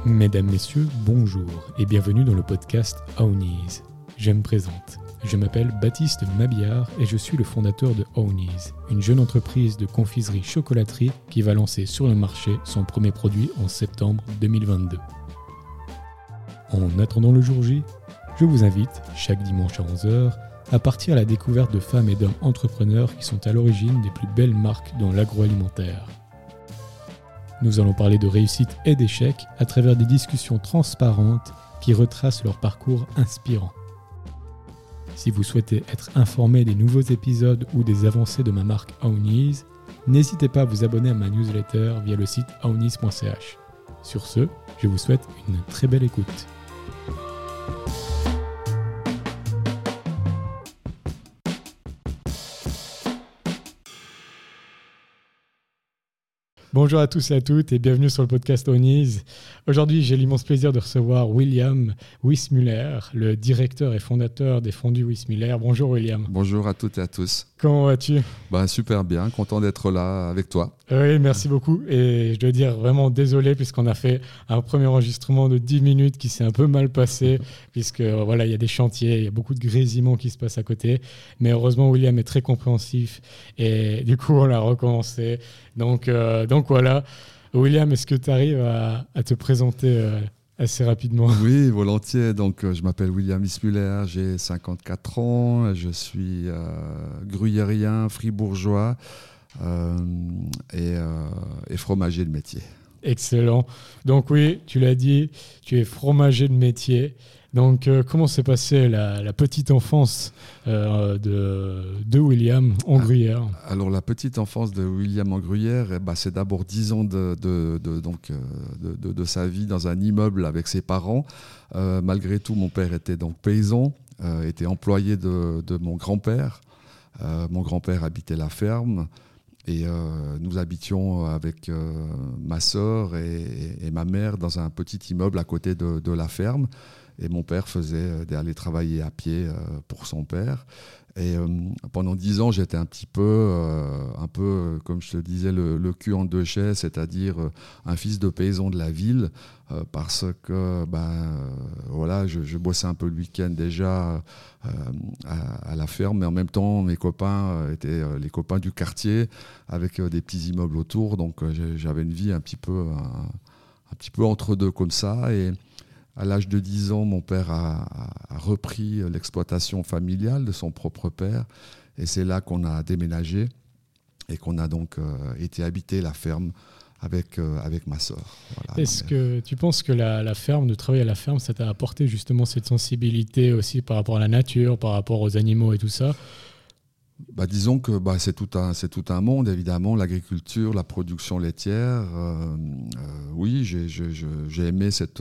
Mesdames, Messieurs, bonjour et bienvenue dans le podcast Ownies. Je me présente. Je m'appelle Baptiste Mabillard et je suis le fondateur de Ownies, une jeune entreprise de confiserie-chocolaterie qui va lancer sur le marché son premier produit en septembre 2022. En attendant le jour J, je vous invite, chaque dimanche à 11h, à partir à la découverte de femmes et d'hommes entrepreneurs qui sont à l'origine des plus belles marques dans l'agroalimentaire. Nous allons parler de réussite et d'échecs à travers des discussions transparentes qui retracent leur parcours inspirant. Si vous souhaitez être informé des nouveaux épisodes ou des avancées de ma marque Ownies, n'hésitez pas à vous abonner à ma newsletter via le site ownies.ch. Sur ce, je vous souhaite une très belle écoute. Bonjour à tous et à toutes et bienvenue sur le podcast Ownies. Aujourd'hui, j'ai l'immense plaisir de recevoir William Wismuller, le directeur et fondateur des Fondus Wismuller. Bonjour William. Bonjour à toutes et à tous. Comment vas-tu ? Super bien, content d'être là avec toi. Oui, merci beaucoup. Et je dois dire vraiment désolé puisqu'on a fait un premier enregistrement de 10 minutes qui s'est un peu mal passé puisque voilà, il y a des chantiers, il y a beaucoup de grésillements qui se passent à côté. Mais heureusement, William est très compréhensif et du coup, on l'a recommencé. Donc voilà. William, est-ce que tu arrives à te présenter assez rapidement ? Oui, volontiers. Donc, je m'appelle William Wismuller, j'ai 54 ans, je suis gruyérien, fribourgeois et fromager de métier. Excellent. Donc oui, tu l'as dit, tu es fromager de métier. Donc, comment s'est passée la petite enfance de William en Gruyère ? Alors, la petite enfance de William en Gruyère, c'est d'abord 10 ans de sa vie dans un immeuble avec ses parents. Malgré tout, mon père était donc paysan, était employé de mon grand-père. Mon grand-père habitait la ferme. Et nous habitions avec ma sœur et ma mère dans un petit immeuble à côté de la ferme. Et mon père faisait d'aller travailler à pied pour son père. Et pendant 10 ans, j'étais un peu, comme je te disais, le cul en deux chaises, c'est-à-dire un fils de paysan de la ville, parce que je bossais un peu le week-end déjà à la ferme, mais en même temps, mes copains étaient les copains du quartier avec des petits immeubles autour, donc j'avais une vie un petit peu entre deux comme ça. Et à l'âge de 10 ans, mon père a repris l'exploitation familiale de son propre père. Et c'est là qu'on a déménagé et qu'on a donc été habiter la ferme avec ma sœur. Voilà. Est-ce que tu penses que la ferme, de travailler à la ferme, ça t'a apporté justement cette sensibilité aussi par rapport à la nature, par rapport aux animaux et tout ça ? Disons que c'est tout un monde, évidemment, l'agriculture, la production laitière. Oui, j'ai aimé cette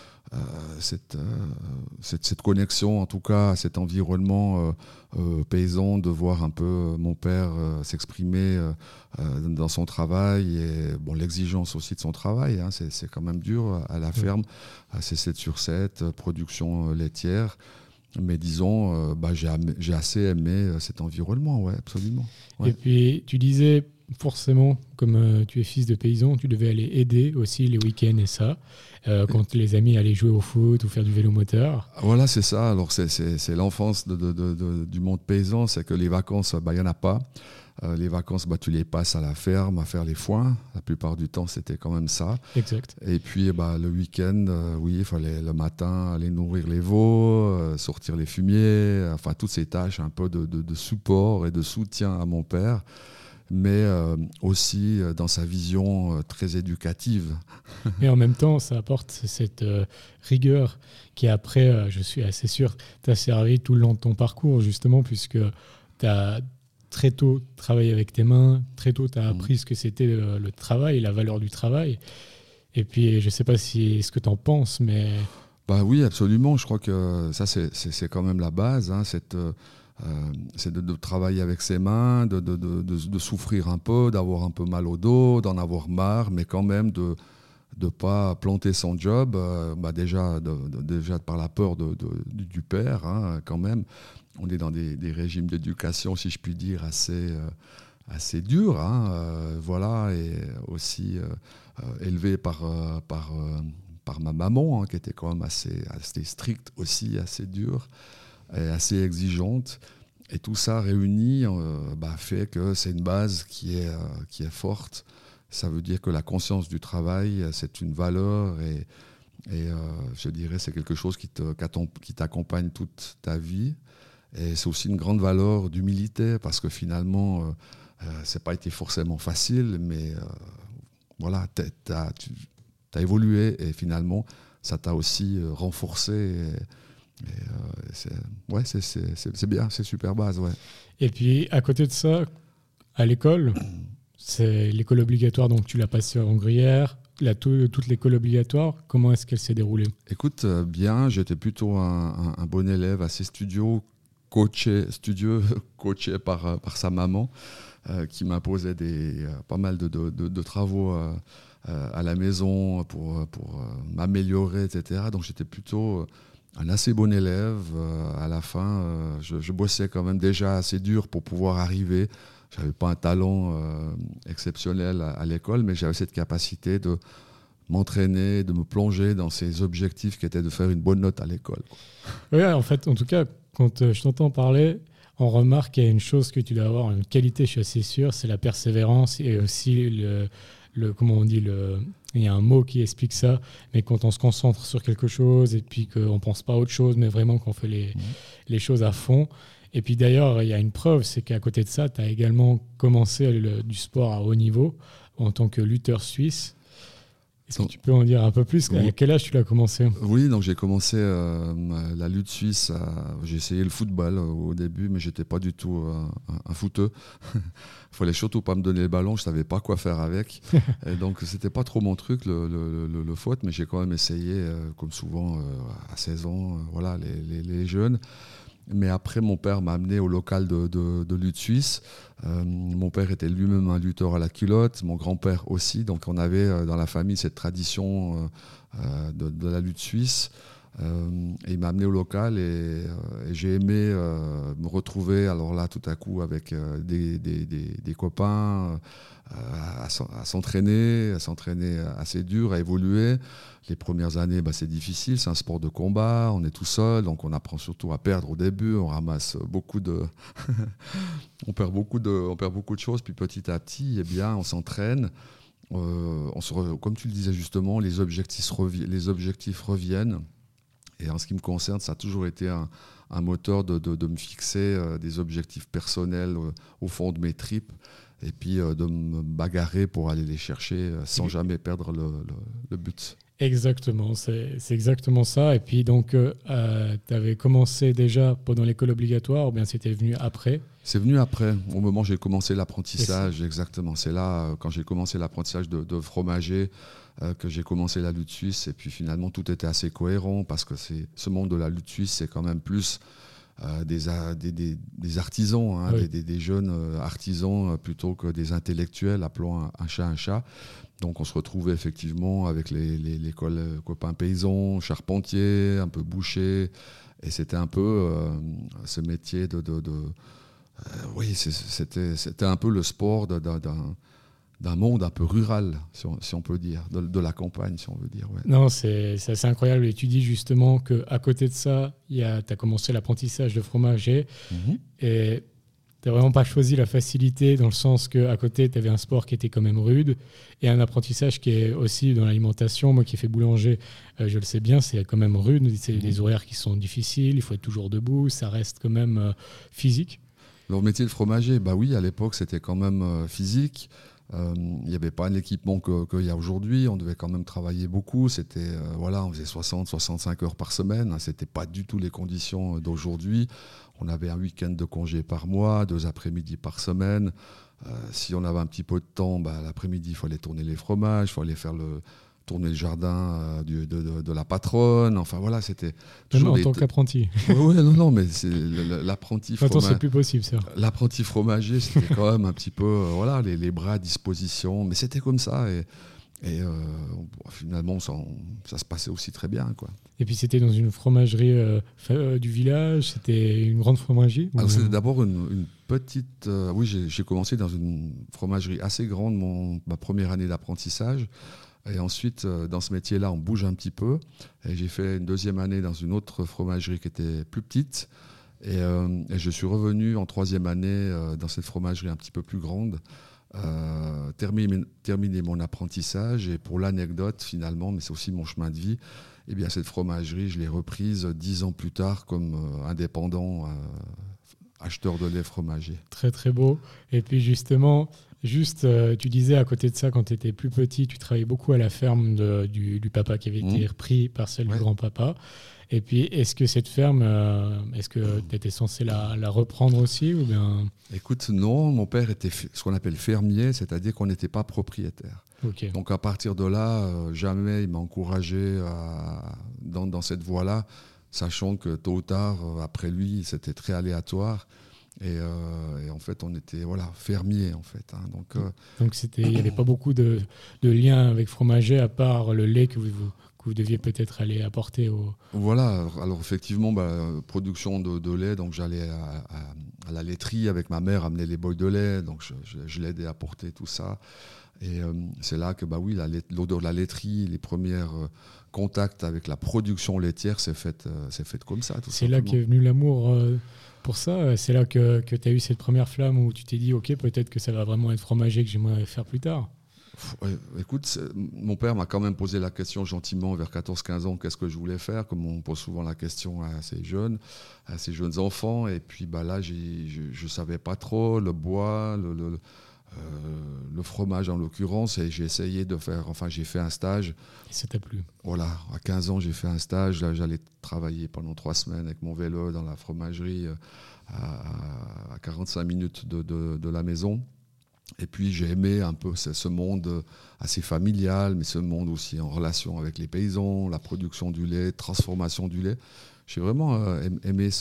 connexion, en tout cas, cet environnement paysan, de voir un peu mon père s'exprimer dans son travail et l'exigence aussi de son travail. Hein, c'est quand même dur à la ferme, c'est 7/7, production laitière. Mais disons, j'ai assez aimé cet environnement, ouais, absolument. Ouais. Et puis, tu disais, forcément, comme tu es fils de paysan, tu devais aller aider aussi les week-ends et ça, quand les amis allaient jouer au foot ou faire du vélo moteur. Voilà, c'est ça. Alors, c'est l'enfance du monde paysan, c'est que les vacances, il n'y en a pas. Les vacances, tu les passes à la ferme, à faire les foins. La plupart du temps, c'était quand même ça. Exact. Et puis, le week-end, il fallait le matin aller nourrir les veaux, sortir les fumiers, enfin, toutes ces tâches un peu de support et de soutien à mon père, mais aussi dans sa vision très éducative. Et en même temps, ça apporte cette rigueur qui, après, je suis assez sûr, t'a servi tout le long de ton parcours, justement, puisque tu as très tôt travaillé avec tes mains, très tôt tu as appris ce que c'était le travail, la valeur du travail. Et puis, je ne sais pas ce que tu en penses, mais... Oui, absolument. Je crois que ça, c'est quand même la base, hein, c'est de travailler avec ses mains, de souffrir un peu, d'avoir un peu mal au dos, d'en avoir marre, mais quand même de ne pas planter son job, déjà par la peur du père, hein, quand même. On est dans des régimes d'éducation, si je puis dire, assez durs, hein, voilà, et aussi élevés par par ma maman, qui était quand même assez stricte aussi, assez dure et assez exigeante. Et tout ça réuni fait que c'est une base qui est forte. Ça veut dire que la conscience du travail, c'est une valeur et je dirais c'est quelque chose qui t'accompagne toute ta vie. Et c'est aussi une grande valeur d'humilité parce que finalement, c'est pas été forcément facile, mais voilà, tu as évolué et finalement, ça t'a aussi renforcé. C'est bien, c'est super base. Ouais. Et puis, à côté de ça, à l'école, c'est l'école obligatoire, donc tu l'as passée en Gruyère. Toute l'école obligatoire, comment est-ce qu'elle s'est déroulée ? Écoute, bien, j'étais plutôt un bon élève, assez studieux, coaché par sa maman, qui m'imposait pas mal de travaux à la maison pour m'améliorer, etc. Donc j'étais plutôt un assez bon élève. À la fin, je bossais quand même déjà assez dur pour pouvoir arriver. Je n'avais pas un talent exceptionnel à l'école, mais j'avais cette capacité de m'entraîner, de me plonger dans ces objectifs qui étaient de faire une bonne note à l'école. Oui, en fait, en tout cas, quand je t'entends parler, on remarque qu'il y a une chose que tu dois avoir, une qualité, je suis assez sûr, c'est la persévérance et aussi comment on dit, il y a un mot qui explique ça, mais quand on se concentre sur quelque chose et puis qu'on ne pense pas à autre chose, mais vraiment qu'on fait les choses à fond. Et puis d'ailleurs, il y a une preuve, c'est qu'à côté de ça, tu as également commencé du sport à haut niveau en tant que lutteur suisse. Est-ce que tu peux en dire un peu plus ? À quel âge tu l'as commencé ? Oui, donc j'ai commencé la lutte suisse. J'ai essayé le football au début, mais j'étais pas du tout un footeux. Il fallait surtout pas me donner le ballon, je savais pas quoi faire avec. Et donc c'était pas trop mon truc le foot, mais j'ai quand même essayé, comme souvent à 16 ans, voilà, les jeunes. Mais après, mon père m'a amené au local de lutte suisse. Mon père était lui-même un lutteur à la culotte, mon grand-père aussi. Donc on avait dans la famille cette tradition de la lutte suisse. Et il m'a amené au local et j'ai aimé me retrouver, alors là, tout à coup, avec des copains, à s'entraîner assez dur, à évoluer. Les premières années, c'est difficile, c'est un sport de combat, on est tout seul, donc on apprend surtout à perdre au début, on ramasse beaucoup de... on perd beaucoup de choses, puis petit à petit, eh bien, on s'entraîne. Comme tu le disais justement, les objectifs reviennent. Et en ce qui me concerne, ça a toujours été un moteur de me fixer des objectifs personnels au fond de mes tripes et puis de me bagarrer pour aller les chercher sans jamais perdre le but. Exactement, c'est exactement ça. Et puis donc, tu avais commencé déjà pendant l'école obligatoire ou bien c'était venu après ? C'est venu après, au moment où j'ai commencé l'apprentissage, exactement. C'est là, quand j'ai commencé l'apprentissage de fromager, que j'ai commencé la lutte suisse. Et puis finalement, tout était assez cohérent parce que ce monde de la lutte suisse, c'est quand même plus des artisans, hein, oui. des jeunes artisans plutôt que des intellectuels, appelons un chat un chat. Donc on se retrouvait effectivement avec les copains paysans, charpentiers, un peu bouchers. Et c'était un peu ce métier oui, c'était un peu le sport d'un monde un peu rural, si on peut dire, de la campagne, si on veut dire. Ouais. Non, c'est assez incroyable. Et tu dis justement qu'à côté de ça, tu as commencé l'apprentissage de fromager. Et tu n'as vraiment pas choisi la facilité dans le sens qu'à côté, tu avais un sport qui était quand même rude et un apprentissage qui est aussi dans l'alimentation. Moi qui ai fait boulanger, je le sais bien, c'est quand même rude. C'est des horaires qui sont difficiles, il faut être toujours debout, ça reste quand même physique. Le métier de fromager, oui, à l'époque, c'était quand même physique. Il n'y avait pas l'équipement qu'il y a aujourd'hui. On devait quand même travailler beaucoup. C'était, on faisait 60-65 heures par semaine. Ce n'était pas du tout les conditions d'aujourd'hui. On avait un week-end de congé par mois, 2 après-midi par semaine. Si on avait un petit peu de temps, l'après-midi, il fallait tourner les fromages, il fallait tourner le jardin de la patronne. Enfin voilà, c'était toujours en tant qu'apprenti. Oui, non, mais c'est l'apprenti fromager. Maintenant, c'est plus possible, ça. L'apprenti fromager, c'était quand même un petit peu, les bras à disposition. Mais c'était comme ça. Et finalement, ça se passait aussi très bien, quoi. Et puis, c'était dans une fromagerie du village. C'était une grande fromagerie. Alors, c'était d'abord une petite... oui, j'ai commencé dans une fromagerie assez grande ma première année d'apprentissage. Et ensuite, dans ce métier-là, on bouge un petit peu. Et j'ai fait une deuxième année dans une autre fromagerie qui était plus petite. Et je suis revenu en troisième année dans cette fromagerie un petit peu plus grande, terminer mon apprentissage. Et pour l'anecdote, finalement, mais c'est aussi mon chemin de vie, eh bien, cette fromagerie, je l'ai reprise 10 ans plus tard comme indépendant acheteur de lait fromager. Très très beau. Et puis justement, tu disais à côté de ça, quand tu étais plus petit, tu travaillais beaucoup à la ferme du papa qui avait été repris par celle du grand-papa. Et puis, est-ce que cette ferme, est-ce que tu étais censé la reprendre aussi ou bien... Écoute, non, mon père était ce qu'on appelle fermier, c'est-à-dire qu'on n'était pas propriétaire. Okay. Donc à partir de là, jamais il m'a encouragé dans cette voie-là, sachant que tôt ou tard, après lui, c'était très aléatoire. Et en fait, on était fermiers, en fait. Hein. Donc il n'y avait pas beaucoup de liens avec fromager, à part le lait que vous deviez peut-être aller apporter au... Voilà, alors effectivement, production de lait, donc j'allais à la laiterie avec ma mère, amener les bols de lait, donc je l'aidais à porter tout ça. Et c'est là que, l'odeur de la laiterie, les premiers contacts avec la production laitière, c'est fait comme ça. C'est là qu'est venu l'amour pour ça. C'est là que tu as eu cette première flamme où tu t'es dit, OK, peut-être que ça va vraiment être fromager que j'aimerais faire plus tard. Écoute, mon père m'a quand même posé la question gentiment vers 14-15 ans, qu'est-ce que je voulais faire, comme on pose souvent la question à ces jeunes enfants. Et puis là, je ne savais pas trop, le bois, le fromage en l'occurrence, et j'ai essayé j'ai fait un stage. Et ça t'a plu? Voilà, à 15 ans, j'ai fait un stage. Là, j'allais travailler pendant 3 semaines avec mon vélo dans la fromagerie à 45 minutes de la maison. Et puis j'ai aimé un peu ce monde assez familial, mais ce monde aussi en relation avec les paysans, la production du lait, transformation du lait. J'ai vraiment aimé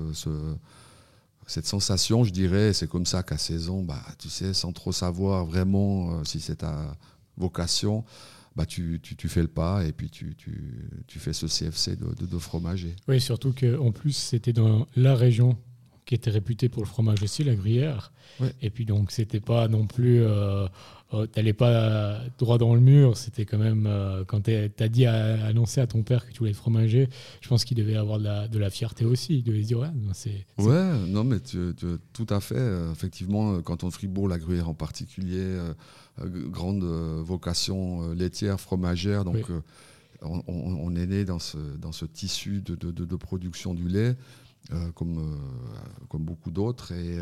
cette sensation, je dirais. C'est comme ça qu'à 16 ans, tu sais, sans trop savoir vraiment si c'est ta vocation, tu fais le pas et puis tu fais ce CFC de fromager. Oui, surtout qu'en plus, c'était dans la région qui était réputée pour le fromage aussi, la Gruyère. Ouais. Et puis donc, c'était pas non plus... t'allais pas droit dans le mur. C'était quand même... quand t'as annoncé à ton père que tu voulais être fromager, je pense qu'il devait avoir de la fierté aussi. Il devait se dire, non, mais tout à fait. Effectivement, canton de Fribourg, la Gruyère en particulier, grande vocation laitière, fromagère. Donc, on est né dans ce tissu de production du lait. Comme beaucoup d'autres, et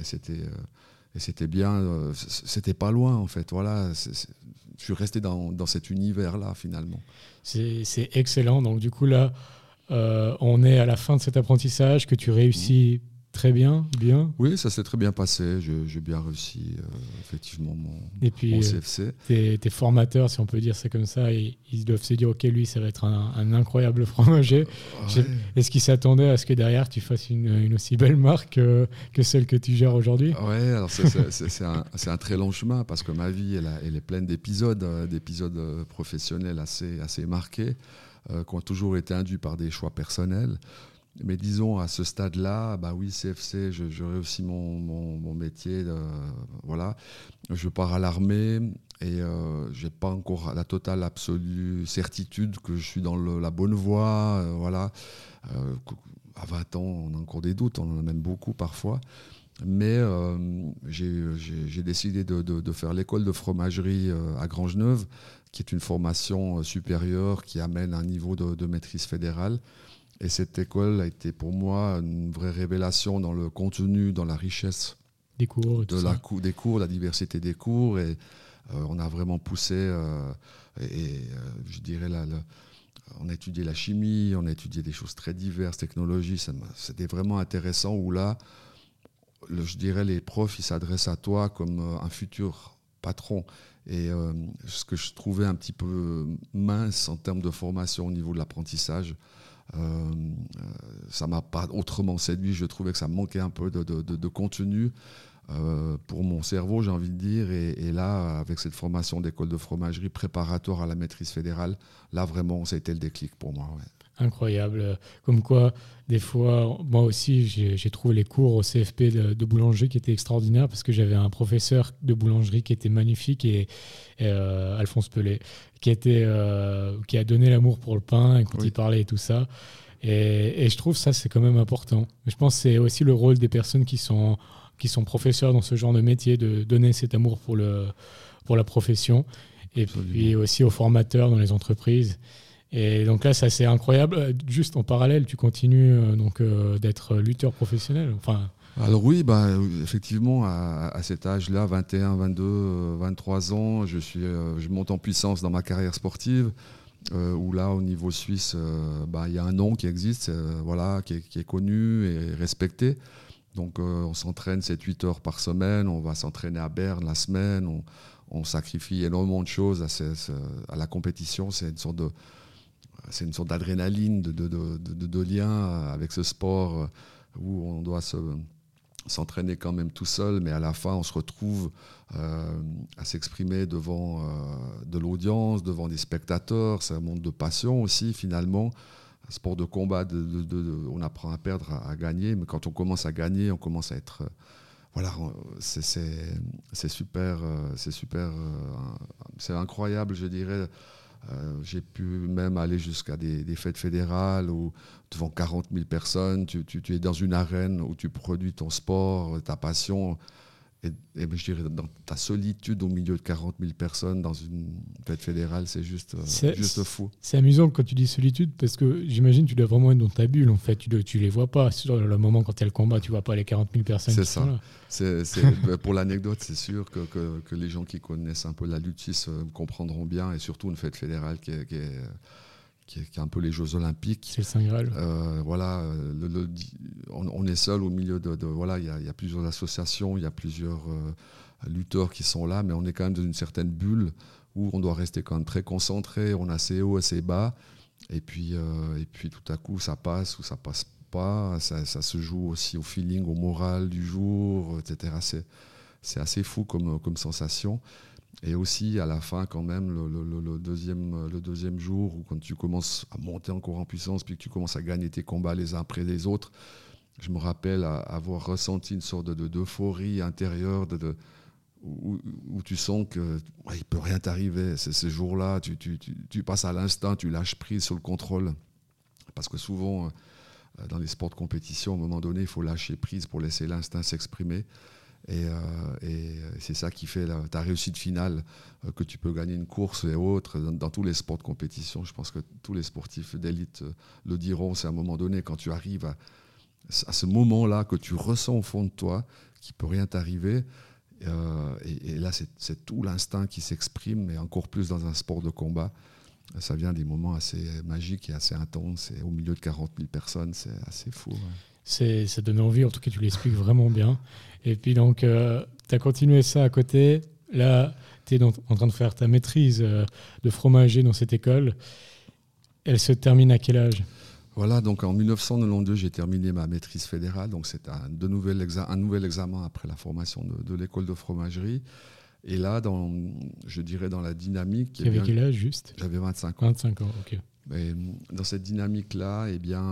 c'était bien, c'était pas loin en fait. Voilà, je suis resté dans cet univers-là finalement. C'est excellent. Donc du coup là, on est à la fin de cet apprentissage que tu réussis très bien. Oui, ça s'est très bien passé. J'ai bien réussi effectivement mon CFC. Tes formateurs, si on peut dire ça comme ça, ils doivent se dire, ok, lui, ça va être un incroyable fromager. Est-ce qu'ils s'attendaient à ce que derrière tu fasses une aussi belle marque que celle que tu gères aujourd'hui? Ouais, alors c'est un très long chemin parce que ma vie, elle est pleine d'épisodes professionnels assez marqués, qui ont toujours été induits par des choix personnels. Mais disons, à ce stade-là, CFC, je réussis mon métier. Voilà. Je pars à l'armée et je n'ai pas encore la totale, absolue certitude que je suis dans la bonne voie. Voilà. À 20 ans, on a encore des doutes, on en a même beaucoup parfois. Mais j'ai décidé de faire l'école de fromagerie à Grangeneuve, qui est une formation supérieure qui amène un niveau de maîtrise fédérale. Et cette école a été pour moi une vraie révélation dans le contenu, dans la richesse des cours, des cours, la diversité des cours. Et on a vraiment poussé, je dirais, on a étudié la chimie, on a étudié des choses très diverses, technologies. C'était vraiment intéressant où là, je dirais, les profs, ils s'adressent à toi comme un futur patron. Et ce que je trouvais un petit peu mince en termes de formation au niveau de l'apprentissage, ça m'a pas autrement séduit. Je trouvais que ça manquait un peu de contenu pour mon cerveau, j'ai envie de dire. Et là, avec cette formation d'école de fromagerie préparatoire à la maîtrise fédérale, là vraiment, ça a été le déclic pour moi. Ouais. Incroyable. Comme quoi, des fois, moi aussi, j'ai trouvé les cours au CFP de boulangerie qui étaient extraordinaires parce que j'avais un professeur de boulangerie qui était magnifique Alphonse Pelé, qui a donné l'amour pour le pain et quand il parlait et tout ça. Et je trouve ça, c'est quand même important. Je pense que c'est aussi le rôle des personnes qui sont professeurs dans ce genre de métier de donner cet amour pour la profession. Et Absolument. puis aussi aux formateurs dans les entreprises. Et donc là, c'est assez incroyable. Juste en parallèle, tu continues d'être lutteur professionnel. Enfin, alors oui, effectivement, à cet âge-là, 21, 22, 23 ans, je monte en puissance dans ma carrière sportive, où là, au niveau suisse, il y a un nom qui existe, qui est connu et respecté. Donc on s'entraîne 7-8 heures par semaine, on va s'entraîner à Berne la semaine, on sacrifie énormément de choses à la compétition. C'est une sorte d'adrénaline, de lien avec ce sport où on doit s'entraîner quand même tout seul, mais à la fin, on se retrouve à s'exprimer devant de l'audience, devant des spectateurs. C'est un monde de passion aussi, finalement. Un sport de combat, on apprend à perdre, à gagner, mais quand on commence à gagner, on commence à être... c'est super, c'est incroyable, je dirais. J'ai pu même aller jusqu'à des fêtes fédérales où devant 40 000 personnes, tu es dans une arène où tu produis ton sport, ta passion, et je dirais dans ta solitude au milieu de 40 000 personnes dans une fête fédérale, c'est juste fou. C'est amusant quand tu dis solitude parce que j'imagine que tu dois vraiment être dans ta bulle en fait, tu les vois pas. Sur le moment quand il y a le combat, tu vois pas les 40 000 personnes qui sont là. Pour l'anecdote, c'est sûr que les gens qui connaissent un peu la lutte suisse comprendront bien, et surtout une fête fédérale qui est un peu les Jeux Olympiques. C'est le Saint Graal. On est seul au milieu il y a plusieurs associations, il y a plusieurs lutteurs qui sont là, mais on est quand même dans une certaine bulle où on doit rester quand même très concentré. On a assez haut, assez bas, et puis tout à coup ça passe ou ça passe pas. Ça se joue aussi au feeling, au moral du jour, etc. C'est assez fou comme sensation. Et aussi à la fin quand même le deuxième jour où quand tu commences à monter encore en puissance puis que tu commences à gagner tes combats les uns après les autres, je me rappelle avoir ressenti une sorte d'euphorie intérieure où tu sens que il peut rien t'arriver. Ces jours-là, tu passes à l'instinct, tu lâches prise sur le contrôle, parce que souvent dans les sports de compétition, à un moment donné, il faut lâcher prise pour laisser l'instinct s'exprimer. Et c'est ça qui fait ta réussite finale, que tu peux gagner une course et autres. Dans tous les sports de compétition, je pense que tous les sportifs d'élite le diront, c'est à un moment donné, quand tu arrives à ce moment-là que tu ressens au fond de toi qu'il ne peut rien t'arriver. Et là, c'est tout l'instinct qui s'exprime, mais encore plus dans un sport de combat. Ça vient des moments assez magiques et assez intenses. Et au milieu de 40 000 personnes, c'est assez fou. Ouais. Ça donne envie, en tout cas tu l'expliques vraiment bien. Et puis donc, tu as continué ça à côté. Là, tu es en train de faire ta maîtrise de fromager dans cette école. Elle se termine à quel âge ? Voilà, donc en 1992, j'ai terminé ma maîtrise fédérale. Donc c'est un nouvel examen après la formation de l'école de fromagerie. Et là, je dirais dans la dynamique... Tu avais quel âge juste ? J'avais 25 ans. 25 ans, ok. Et dans cette dynamique-là,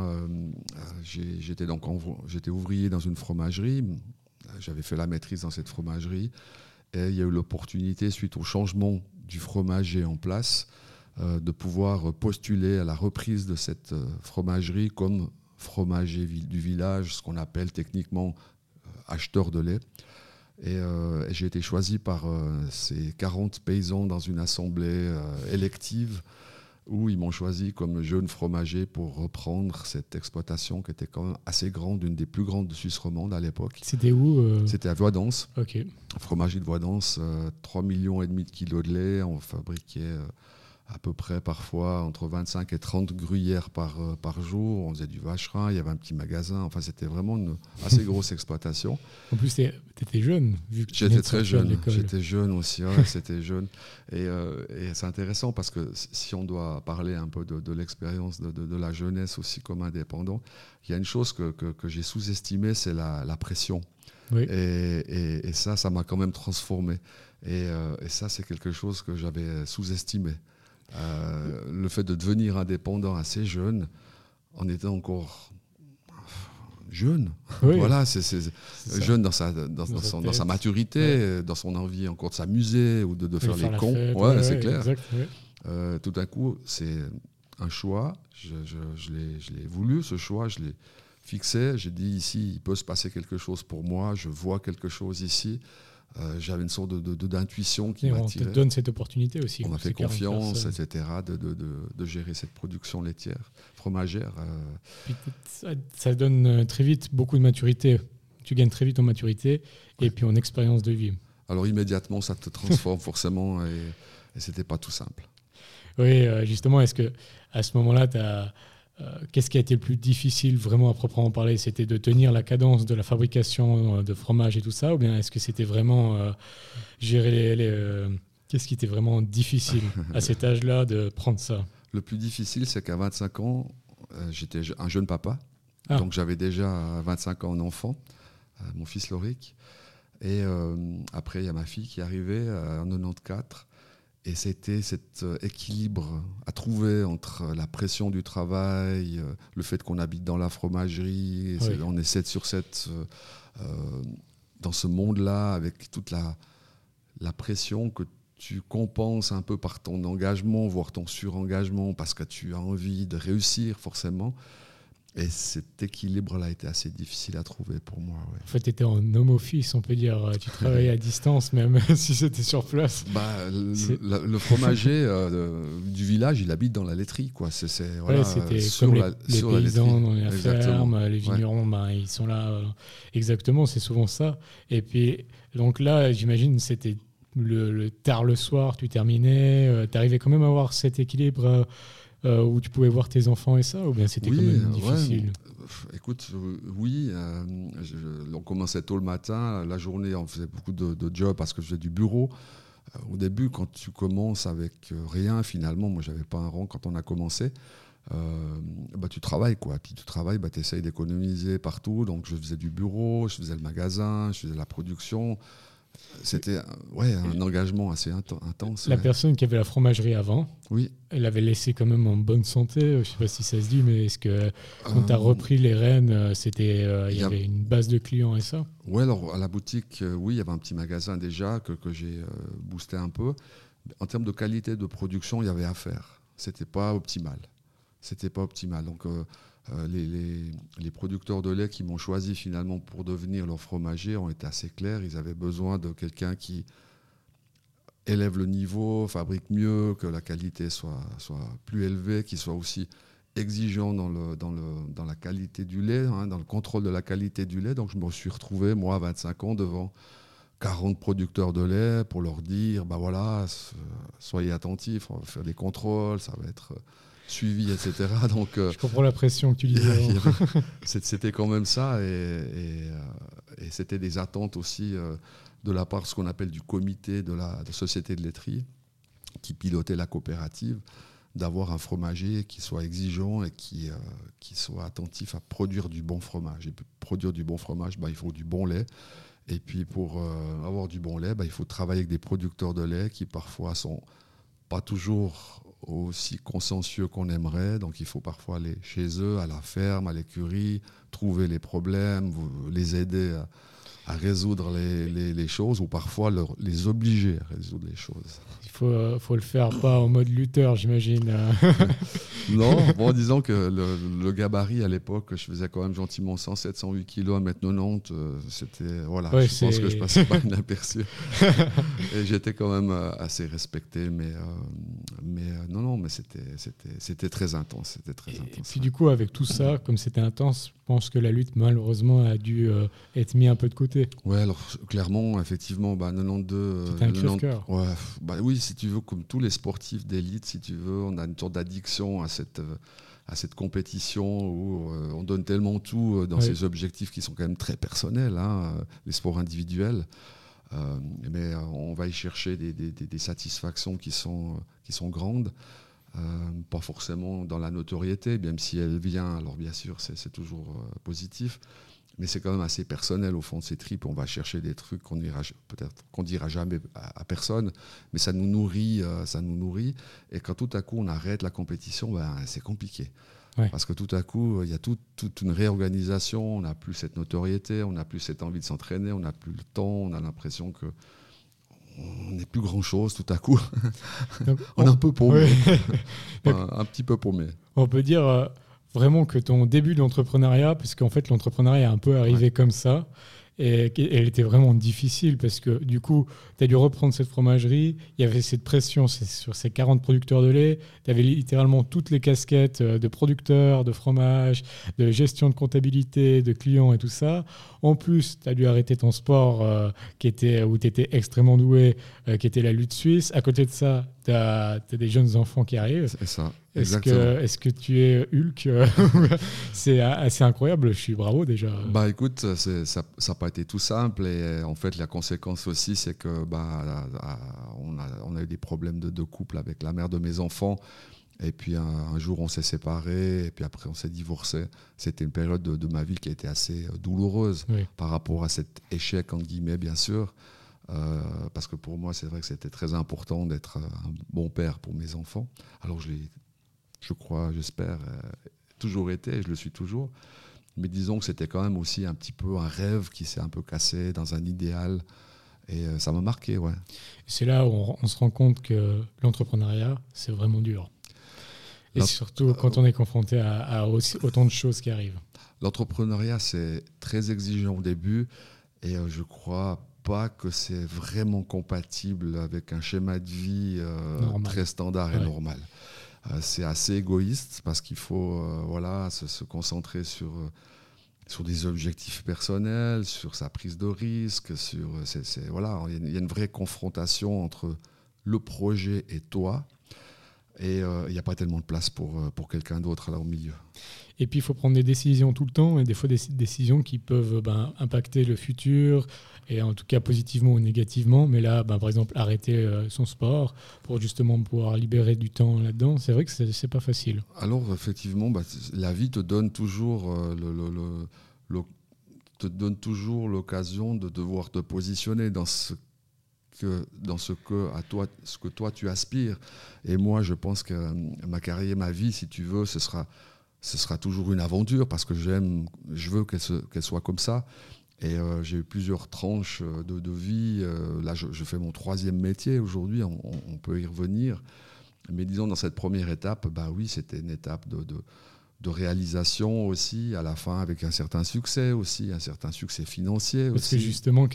j'étais ouvrier dans une fromagerie. J'avais fait la maîtrise dans cette fromagerie. Et il y a eu l'opportunité, suite au changement du fromager en place, de pouvoir postuler à la reprise de cette fromagerie comme fromager du village, ce qu'on appelle techniquement acheteur de lait. Et j'ai été choisi par ces 40 paysans dans une assemblée élective où ils m'ont choisi comme jeune fromager pour reprendre cette exploitation qui était quand même assez grande, une des plus grandes de Suisse romande à l'époque. C'était où C'était à Voidance. Ok. Fromagerie de Voidance, 3,5 millions de kilos de lait. On fabriquait à peu près parfois entre 25 et 30 gruyères par jour. On faisait du vacherin, il y avait un petit magasin. Enfin, c'était vraiment une assez grosse exploitation. En plus, tu étais jeune, vu que tu J'étais très jeune. J'étais jeune aussi, ouais, c'était jeune. Et c'est intéressant parce que si on doit parler un peu de l'expérience de la jeunesse aussi comme indépendant, il y a une chose que j'ai sous-estimée, c'est la pression. Oui. Et ça m'a quand même transformé. Et ça, c'est quelque chose que j'avais sous-estimé. Le fait de devenir indépendant assez jeune, en étant encore jeune. Oui, Voilà, c'est ça. jeune dans sa maturité, dans son envie encore de s'amuser ou de faire les cons. Fête, C'est clair. Exact, ouais. Tout d'un coup, c'est un choix. Je l'ai voulu, ce choix. Je l'ai fixé. J'ai dit ici, il peut se passer quelque chose pour moi. Je vois quelque chose ici. J'avais une sorte d'intuition qui m'attirait. On te donne cette opportunité aussi. On m'a fait confiance, etc., de gérer cette production laitière, fromagère. Puis ça donne très vite beaucoup de maturité. Tu gagnes très vite en maturité et puis en expérience de vie. Alors immédiatement, ça te transforme forcément et c'était pas tout simple. Oui, justement, est-ce que à ce moment-là, qu'est-ce qui a été le plus difficile vraiment à proprement parler? C'était de tenir la cadence de la fabrication de fromage et tout ça, ou bien est-ce que c'était vraiment gérer qu'est-ce qui était vraiment difficile à cet âge-là de prendre ça? Le plus difficile, c'est qu'à 25 ans, j'étais un jeune papa. Ah. Donc j'avais déjà 25 ans en enfant, mon fils Loric. Et après, il y a ma fille qui est arrivée en 94. Et c'était cet équilibre à trouver entre la pression du travail, le fait qu'on habite dans la fromagerie, Oui. on est 7 sur 7 dans ce monde-là, avec toute la pression que tu compenses un peu par ton engagement, voire ton surengagement, parce que tu as envie de réussir forcément. Et cet équilibre-là a été assez difficile à trouver pour moi. Ouais. En fait, tu étais en home office, on peut dire. Tu travaillais à distance, même si c'était sur place. Le fromager du village, il habite dans la laiterie. Quoi. Voilà, c'était comme les paysans dans les fermes, les vignerons, ils sont là. Exactement, c'est souvent ça. Et puis, donc là, j'imagine, c'était tard le soir, tu terminais. Tu arrivais quand même à avoir cet équilibre où tu pouvais voir tes enfants et ça, ou bien c'était quand même difficile? Écoute, oui. On commençait tôt le matin. La journée, on faisait beaucoup de jobs parce que je faisais du bureau. Au début, quand tu commences avec rien, finalement, moi, je n'avais pas un rang quand on a commencé. Tu travailles, quoi. Puis tu travailles, tu essayes d'économiser partout. Donc, je faisais du bureau, je faisais le magasin, je faisais la production. C'était un engagement assez intense. La personne qui avait la fromagerie avant, oui. Elle avait laissé quand même en bonne santé. Je ne sais pas si ça se dit, mais est-ce que quand tu as repris les rênes, il y avait une base de clients et ça? Oui, alors à la boutique, oui, il y avait un petit magasin déjà que j'ai boosté un peu. En termes de qualité de production, il y avait à faire. C'était pas optimal. Donc les producteurs de lait qui m'ont choisi finalement pour devenir leur fromager ont été assez clairs. Ils avaient besoin de quelqu'un qui élève le niveau, fabrique mieux, que la qualité soit plus élevée, qui soit aussi exigeant dans la qualité du lait, dans le contrôle de la qualité du lait. Donc je me suis retrouvé, moi, à 25 ans, devant 40 producteurs de lait pour leur dire, soyez attentifs, on va faire des contrôles, ça va être suivi, etc. Donc, je comprends la pression que tu disais. C'était quand même ça, et c'était des attentes aussi de la part de ce qu'on appelle du comité de la société de laiterie qui pilotait la coopérative, d'avoir un fromager qui soit exigeant et qui soit attentif à produire du bon fromage. Et pour produire du bon fromage, il faut du bon lait. Et puis pour avoir du bon lait, il faut travailler avec des producteurs de lait qui parfois sont pas toujours aussi consensueux qu'on aimerait. Donc il faut parfois aller chez eux, à la ferme, à l'écurie, trouver les problèmes, les aider à résoudre les choses, ou parfois les obliger à résoudre les choses. Il faut le faire pas en mode lutteur, j'imagine. Non, disons que le gabarit à l'époque, je faisais quand même gentiment 107, 108 kilos, 1m90. C'était, voilà, ouais, je pense que je passais pas inaperçu. Et j'étais quand même assez respecté, mais c'était très intense. Et puis du coup, avec tout ça, comme c'était intense, je pense que la lutte, malheureusement, a dû être mise un peu de côté. Ouais, alors clairement, effectivement, 92. C'était un crève-cœur. Ouais, oui, si tu veux, comme tous les sportifs d'élite, si tu veux, on a une sorte d'addiction à cette compétition où on donne tellement tout dans ces objectifs qui sont quand même très personnels, les sports individuels. Mais on va y chercher des satisfactions qui sont grandes. Pas forcément dans la notoriété, même si elle vient, alors bien sûr c'est toujours positif, mais c'est quand même assez personnel au fond de ces tripes. On va chercher des trucs qu'on dira jamais à personne, mais ça nous nourrit, et quand tout à coup on arrête la compétition, c'est compliqué. Ouais. Parce que tout à coup, il y a toute une réorganisation, on n'a plus cette notoriété, on n'a plus cette envie de s'entraîner, on n'a plus le temps, on a l'impression que on n'est plus grand-chose tout à coup. Donc, On est un peu paumé, ouais. un petit peu paumé. On peut dire vraiment que ton début de l'entrepreneuriat, parce qu'en fait l'entrepreneuriat est un peu arrivé comme ça, et elle était vraiment difficile parce que du coup, tu as dû reprendre cette fromagerie, il y avait cette pression sur ces 40 producteurs de lait, tu avais littéralement toutes les casquettes de producteurs, de fromage, de gestion de comptabilité, de clients et tout ça. En plus, tu as dû arrêter ton sport où tu étais extrêmement doué, qui était la lutte suisse. À côté de ça, tu as des jeunes enfants qui arrivent. C'est ça, Exactement. Est-ce que tu es Hulk? C'est assez incroyable, je suis bravo déjà. Bah écoute, ça n'a pas été tout simple et en fait la conséquence aussi c'est que on a eu des problèmes de couple avec la mère de mes enfants et puis un jour on s'est séparés et puis après on s'est divorcés. C'était une période de ma vie qui a été assez douloureuse par rapport à cet échec entre guillemets bien sûr. Parce que pour moi c'est vrai que c'était très important d'être un bon père pour mes enfants. Alors je crois, j'espère, toujours été, et je le suis toujours. Mais disons que c'était quand même aussi un petit peu un rêve qui s'est un peu cassé dans un idéal. Et ça m'a marqué, ouais. C'est là où on se rend compte que l'entrepreneuriat, c'est vraiment dur. Et surtout quand on est confronté à autant de choses qui arrivent. L'entrepreneuriat, c'est très exigeant au début. Et je crois pas que c'est vraiment compatible avec un schéma de vie très standard et normal. C'est assez égoïste parce qu'il faut se concentrer sur des objectifs personnels, sur sa prise de risque, il y a une vraie confrontation entre le projet et toi, et il n'y a pas tellement de place pour quelqu'un d'autre là au milieu. Et puis il faut prendre des décisions tout le temps, et des fois des décisions qui peuvent impacter le futur, et en tout cas positivement ou négativement. Mais là, par exemple, arrêter son sport pour justement pouvoir libérer du temps là-dedans, c'est vrai que c'est pas facile. Alors effectivement, la vie te donne toujours l'occasion de devoir te positionner dans ce que toi tu aspires. Et moi, je pense que ma carrière, ma vie, si tu veux, ce sera toujours une aventure parce que je veux qu'elle soit comme ça. Et j'ai eu plusieurs tranches de vie. Là, je fais mon 3e métier aujourd'hui, on peut y revenir. Mais disons, dans cette première étape, oui, c'était une étape de réalisation aussi, à la fin avec un certain succès aussi, un certain succès financier Parce aussi. que justement,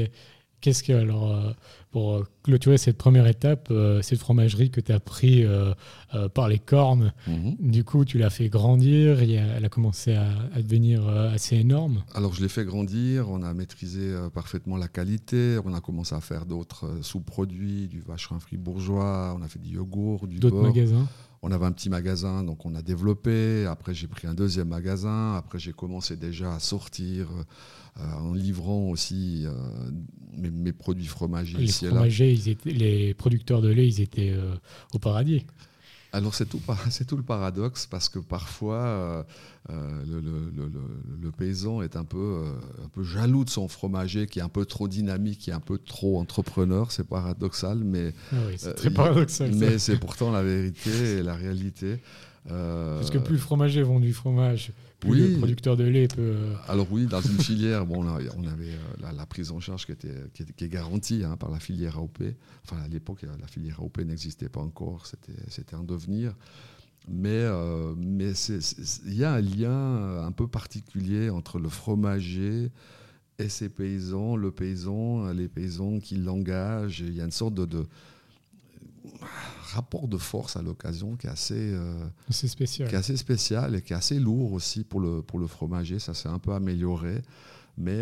pour clôturer cette première étape, cette fromagerie que tu as pris par les cornes, du coup, tu l'as fait grandir, elle a commencé à devenir assez énorme. Alors, je l'ai fait grandir, on a maîtrisé parfaitement la qualité, on a commencé à faire d'autres sous-produits, du vacherin fribourgeois, on a fait du yogourt, du d'autres beurre. Magasins. On avait un petit magasin, donc on a développé. Après, j'ai pris un 2e magasin. Après, j'ai commencé déjà à sortir en livrant aussi mes produits fromagers ici et là. Les producteurs de lait, ils étaient au paradis. Alors c'est tout le paradoxe parce que parfois le paysan est un peu jaloux de son fromager qui est un peu trop dynamique, qui est un peu trop entrepreneur. C'est paradoxal, mais c'est très paradoxal. Mais c'est pourtant la vérité et la réalité. Parce que plus le fromager vend du fromage, plus le producteur de lait peut... Alors oui, dans une filière, on avait la prise en charge qui est garantie par la filière AOP. Enfin, à l'époque, la filière AOP n'existait pas encore, c'était un devenir. Mais il y a un lien un peu particulier entre le fromager et ses paysans, les paysans qui l'engagent. Il y a une sorte de rapport de force à l'occasion qui est assez spécial et qui est assez lourd aussi pour le fromager. Ça s'est un peu amélioré, mais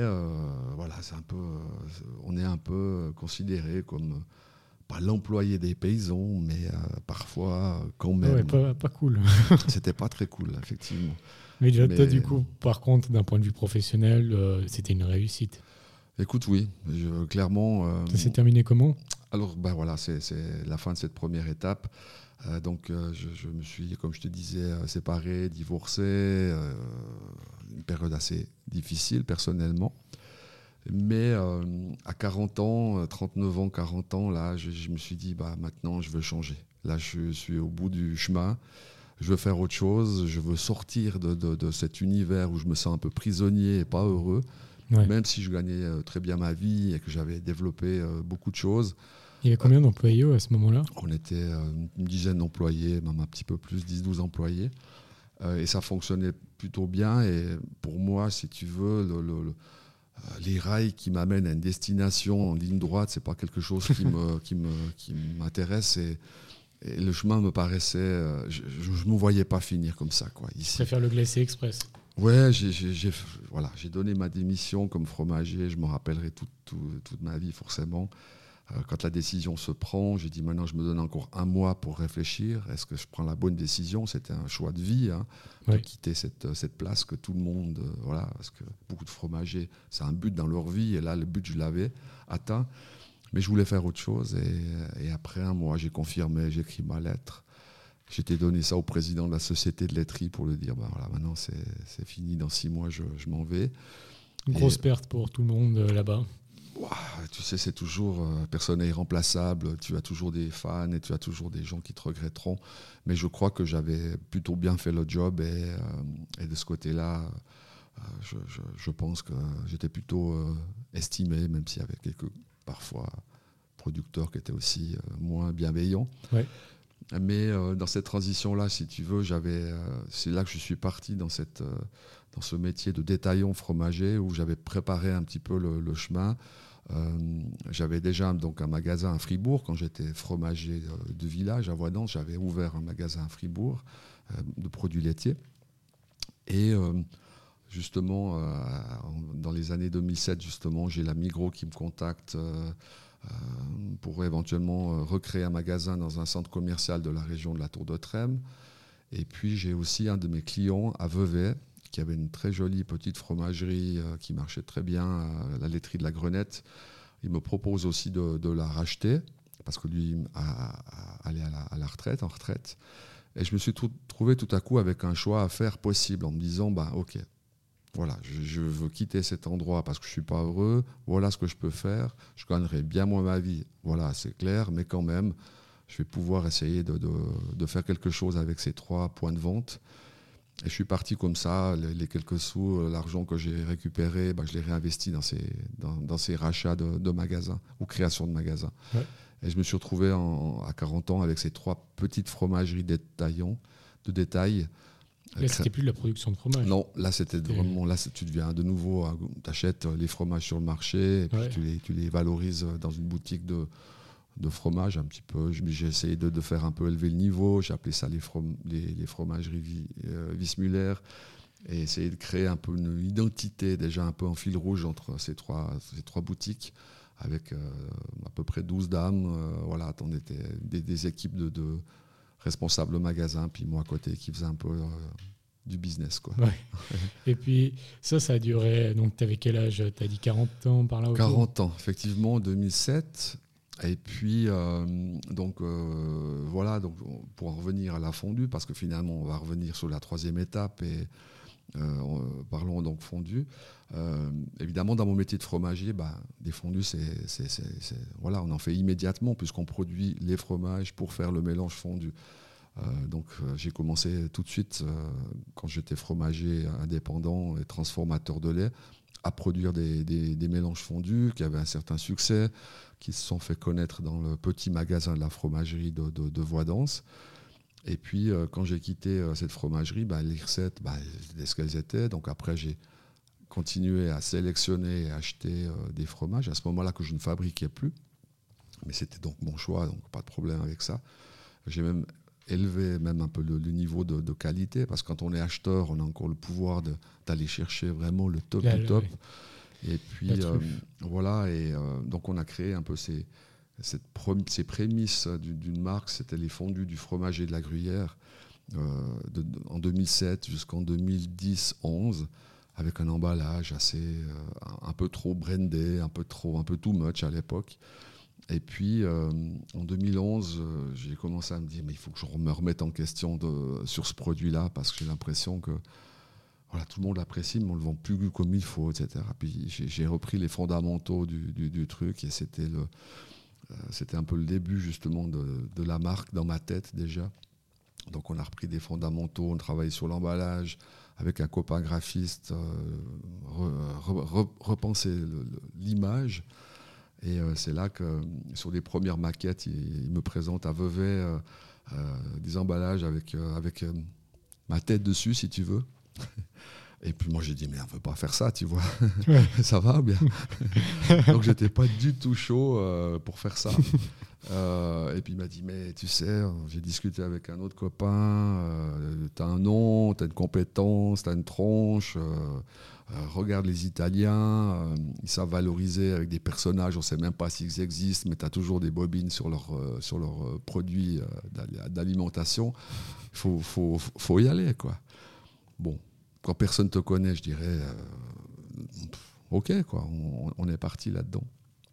on est un peu considéré comme pas l'employé des paysans, mais parfois quand même. Pas cool. C'était pas très cool, effectivement. Mais toi, du coup, par contre, d'un point de vue professionnel, c'était une réussite. Écoute, oui, clairement. Ça s'est terminé comment ? Alors, c'est la fin de cette première étape. Donc, je me suis, comme je te disais, séparé, divorcé. Une période assez difficile, personnellement. Mais à 40 ans, 39 ans, 40 ans, là, je me suis dit, maintenant, je veux changer. Là, je suis au bout du chemin. je veux faire autre chose, je veux sortir de cet univers où je me sens un peu prisonnier et pas heureux, même si je gagnais très bien ma vie et que j'avais développé beaucoup de choses. Il y avait combien d'employés à ce moment-là ? On était une dizaine d'employés, même un petit peu plus, 10-12 employés. Et ça fonctionnait plutôt bien. Et pour moi, si tu veux, les rails qui m'amènent à une destination en ligne droite, c'est pas quelque chose qui m'intéresse. Et le chemin me paraissait... je ne me voyais pas finir comme ça, quoi, ici. Tu préfères le glacé express ? Ouais, j'ai donné ma démission comme fromager. Je me rappellerai toute ma vie, forcément. Quand la décision se prend, j'ai dit maintenant je me donne encore un mois pour réfléchir. Est-ce que je prends la bonne décision ? C'était un choix de vie, de quitter cette place que tout le monde... parce que beaucoup de fromagers, c'est un but dans leur vie. Et là, le but, je l'avais atteint. Mais je voulais faire autre chose. Et après un mois, j'ai confirmé, j'ai écrit ma lettre. J'étais donné ça au président de la société de laiterie pour lui dire maintenant c'est fini, dans 6 mois, je m'en vais. Une grosse perte pour tout le monde là-bas. Tu sais, c'est toujours, personne n'est irremplaçable, tu as toujours des fans et tu as toujours des gens qui te regretteront. Mais je crois que j'avais plutôt bien fait le job et de ce côté-là, je pense que j'étais plutôt estimé, même s'il y avait quelques, parfois, producteurs qui étaient aussi moins bienveillants. Ouais. Mais dans cette transition-là, si tu veux, c'est là que je suis parti dans ce métier de détaillant fromager où j'avais préparé un petit peu le chemin. J'avais déjà donc un magasin à Fribourg quand j'étais fromager de village à Voidance. J'avais ouvert un magasin à Fribourg de produits laitiers. Et justement, dans les années 2007, justement, j'ai la Migros qui me contacte pour éventuellement recréer un magasin dans un centre commercial de la région de la Tour de Trême. Et puis j'ai aussi un de mes clients à Vevey qui avait une très jolie petite fromagerie qui marchait très bien, la laiterie de la Grenette. Il me propose aussi de la racheter parce que lui allait à la retraite, en retraite. Et je me suis trouvé tout à coup avec un choix à faire possible en me disant ok, voilà, je veux quitter cet endroit parce que je ne suis pas heureux, voilà ce que je peux faire, je gagnerai bien moins ma vie, voilà, c'est clair, mais quand même, je vais pouvoir essayer de faire quelque chose avec ces 3 points de vente. Et je suis parti comme ça, les quelques sous, l'argent que j'ai récupéré, je l'ai réinvesti dans ces rachats de magasins ou création de magasins. Ouais. Et je me suis retrouvé à 40 ans avec ces 3 petites fromageries de détail. Là, c'était plus de la production de fromage. Non, là, c'était vraiment... Là, tu deviens de nouveau... Tu achètes les fromages sur le marché et puis tu les valorises dans une boutique de fromage un petit peu. J'ai essayé de faire un peu élever le niveau. J'ai appelé ça les fromageries Wismüller et essayer de créer un peu une identité déjà un peu en fil rouge entre ces trois boutiques avec à peu près 12 dames. On était des équipes de responsables magasins, puis moi à côté qui faisait un peu du business, quoi. Ouais. Et puis ça a duré, donc tu avais quel âge ? Tu as dit 40 ans par là autour ? 40 ans, effectivement, en 2007. Et puis, donc pour en revenir à la fondue, parce que finalement, on va revenir sur la 3e étape et parlons donc fondue. Évidemment, dans mon métier de fromager, des fondues, on en fait immédiatement puisqu'on produit les fromages pour faire le mélange fondu. J'ai commencé tout de suite, quand j'étais fromager indépendant et transformateur de lait, à produire des mélanges fondus qui avaient un certain succès, qui se sont fait connaître dans le petit magasin de la fromagerie de Voidance. Et puis, quand j'ai quitté cette fromagerie, les recettes, c'était ce qu'elles étaient. Donc après, j'ai continué à sélectionner et acheter des fromages. À ce moment-là que je ne fabriquais plus. Mais c'était donc mon choix, donc pas de problème avec ça. J'ai même élevé un peu le niveau de qualité, parce que quand on est acheteur, on a encore le pouvoir d'aller chercher vraiment le top du top. Et puis, donc on a créé un peu ces prémices d'une marque, c'était les fondus du fromager de la Gruyère, en 2007 jusqu'en 2010-11, avec un emballage un peu trop brandé, un peu too much à l'époque. Et puis, en 2011, j'ai commencé à me dire, mais il faut que je me remette en question sur ce produit-là, parce que j'ai l'impression que tout le monde l'apprécie, mais on ne le vend plus comme il faut, etc. Puis j'ai repris les fondamentaux du truc, et c'était un peu le début, justement, de la marque dans ma tête, déjà. Donc on a repris des fondamentaux, on travaillait sur l'emballage avec un copain graphiste, repenser l'image. Et c'est là que sur les premières maquettes, il me présente à Vevey des emballages avec ma tête dessus, si tu veux. Et puis moi j'ai dit, mais on ne veut pas faire ça, tu vois. Ouais. Ça va bien. Donc j'étais pas du tout chaud pour faire ça. Et puis il m'a dit, mais tu sais, j'ai discuté avec un autre copain, tu as un nom, tu as une compétence, tu as une tronche, regarde les Italiens, ils savent valoriser avec des personnages, on ne sait même pas s'ils existent, mais tu as toujours des bobines sur leurs produits d'alimentation. Il faut y aller, quoi. Bon, quand personne ne te connaît, je dirais, ok, quoi, on est parti là-dedans.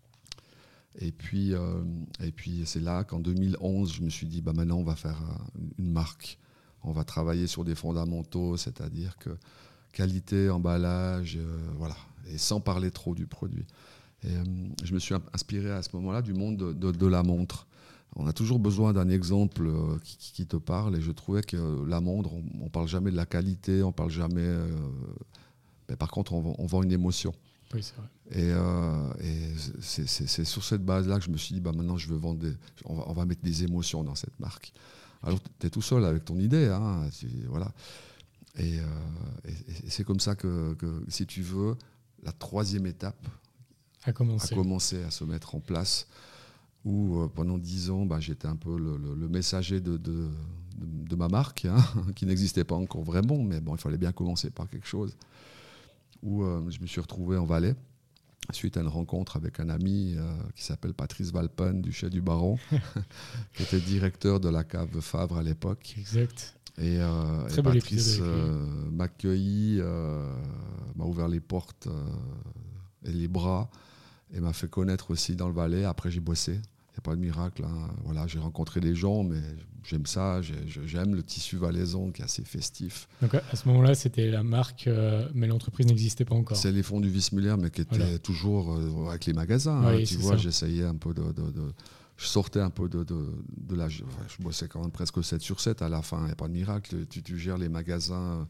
Et puis c'est là qu'en 2011, je me suis dit, bah maintenant, on va faire une marque. On va travailler sur des fondamentaux, c'est-à-dire que qualité, emballage, voilà, et sans parler trop du produit. Et je me suis inspiré à ce moment-là du monde de la montre. On a toujours besoin d'un exemple qui te parle, et je trouvais que la montre, on ne parle jamais de la qualité, on ne parle jamais... mais par contre, on vend une émotion. Oui, c'est vrai. Et c'est sur cette base-là que je me suis dit, bah maintenant je veux vendre on va mettre des émotions dans cette marque. Alors tu es tout seul avec ton idée, hein, voilà. Et c'est comme ça que, si tu veux, la troisième étape A commencé à se mettre en place, où pendant 10 ans, bah, j'étais un peu le messager de ma marque, hein, qui n'existait pas encore vraiment, mais bon, il fallait bien commencer par quelque chose. Où je me suis retrouvé en Valais, suite à une rencontre avec un ami qui s'appelle Patrice Valpen du Chai du Baron, qui était directeur de la cave Favre à l'époque. Exact. Et Patrice m'a accueilli, m'a ouvert les portes et les bras, et m'a fait connaître aussi dans le Valais. Après, j'ai bossé. Il n'y a pas de miracle, hein. Voilà, j'ai rencontré des gens, mais j'aime ça. J'aime le tissu valaisan qui est assez festif. Donc à ce moment-là, c'était la marque, mais l'entreprise n'existait pas encore. C'est les fonds du Wismuller, mais qui étaient toujours avec les magasins. Oui, hein, tu vois, ça. j'essayais un peu je sortais un peu de la... je bossais quand même presque 7 sur 7 à la fin. Il n'y a pas de miracle. Tu gères les magasins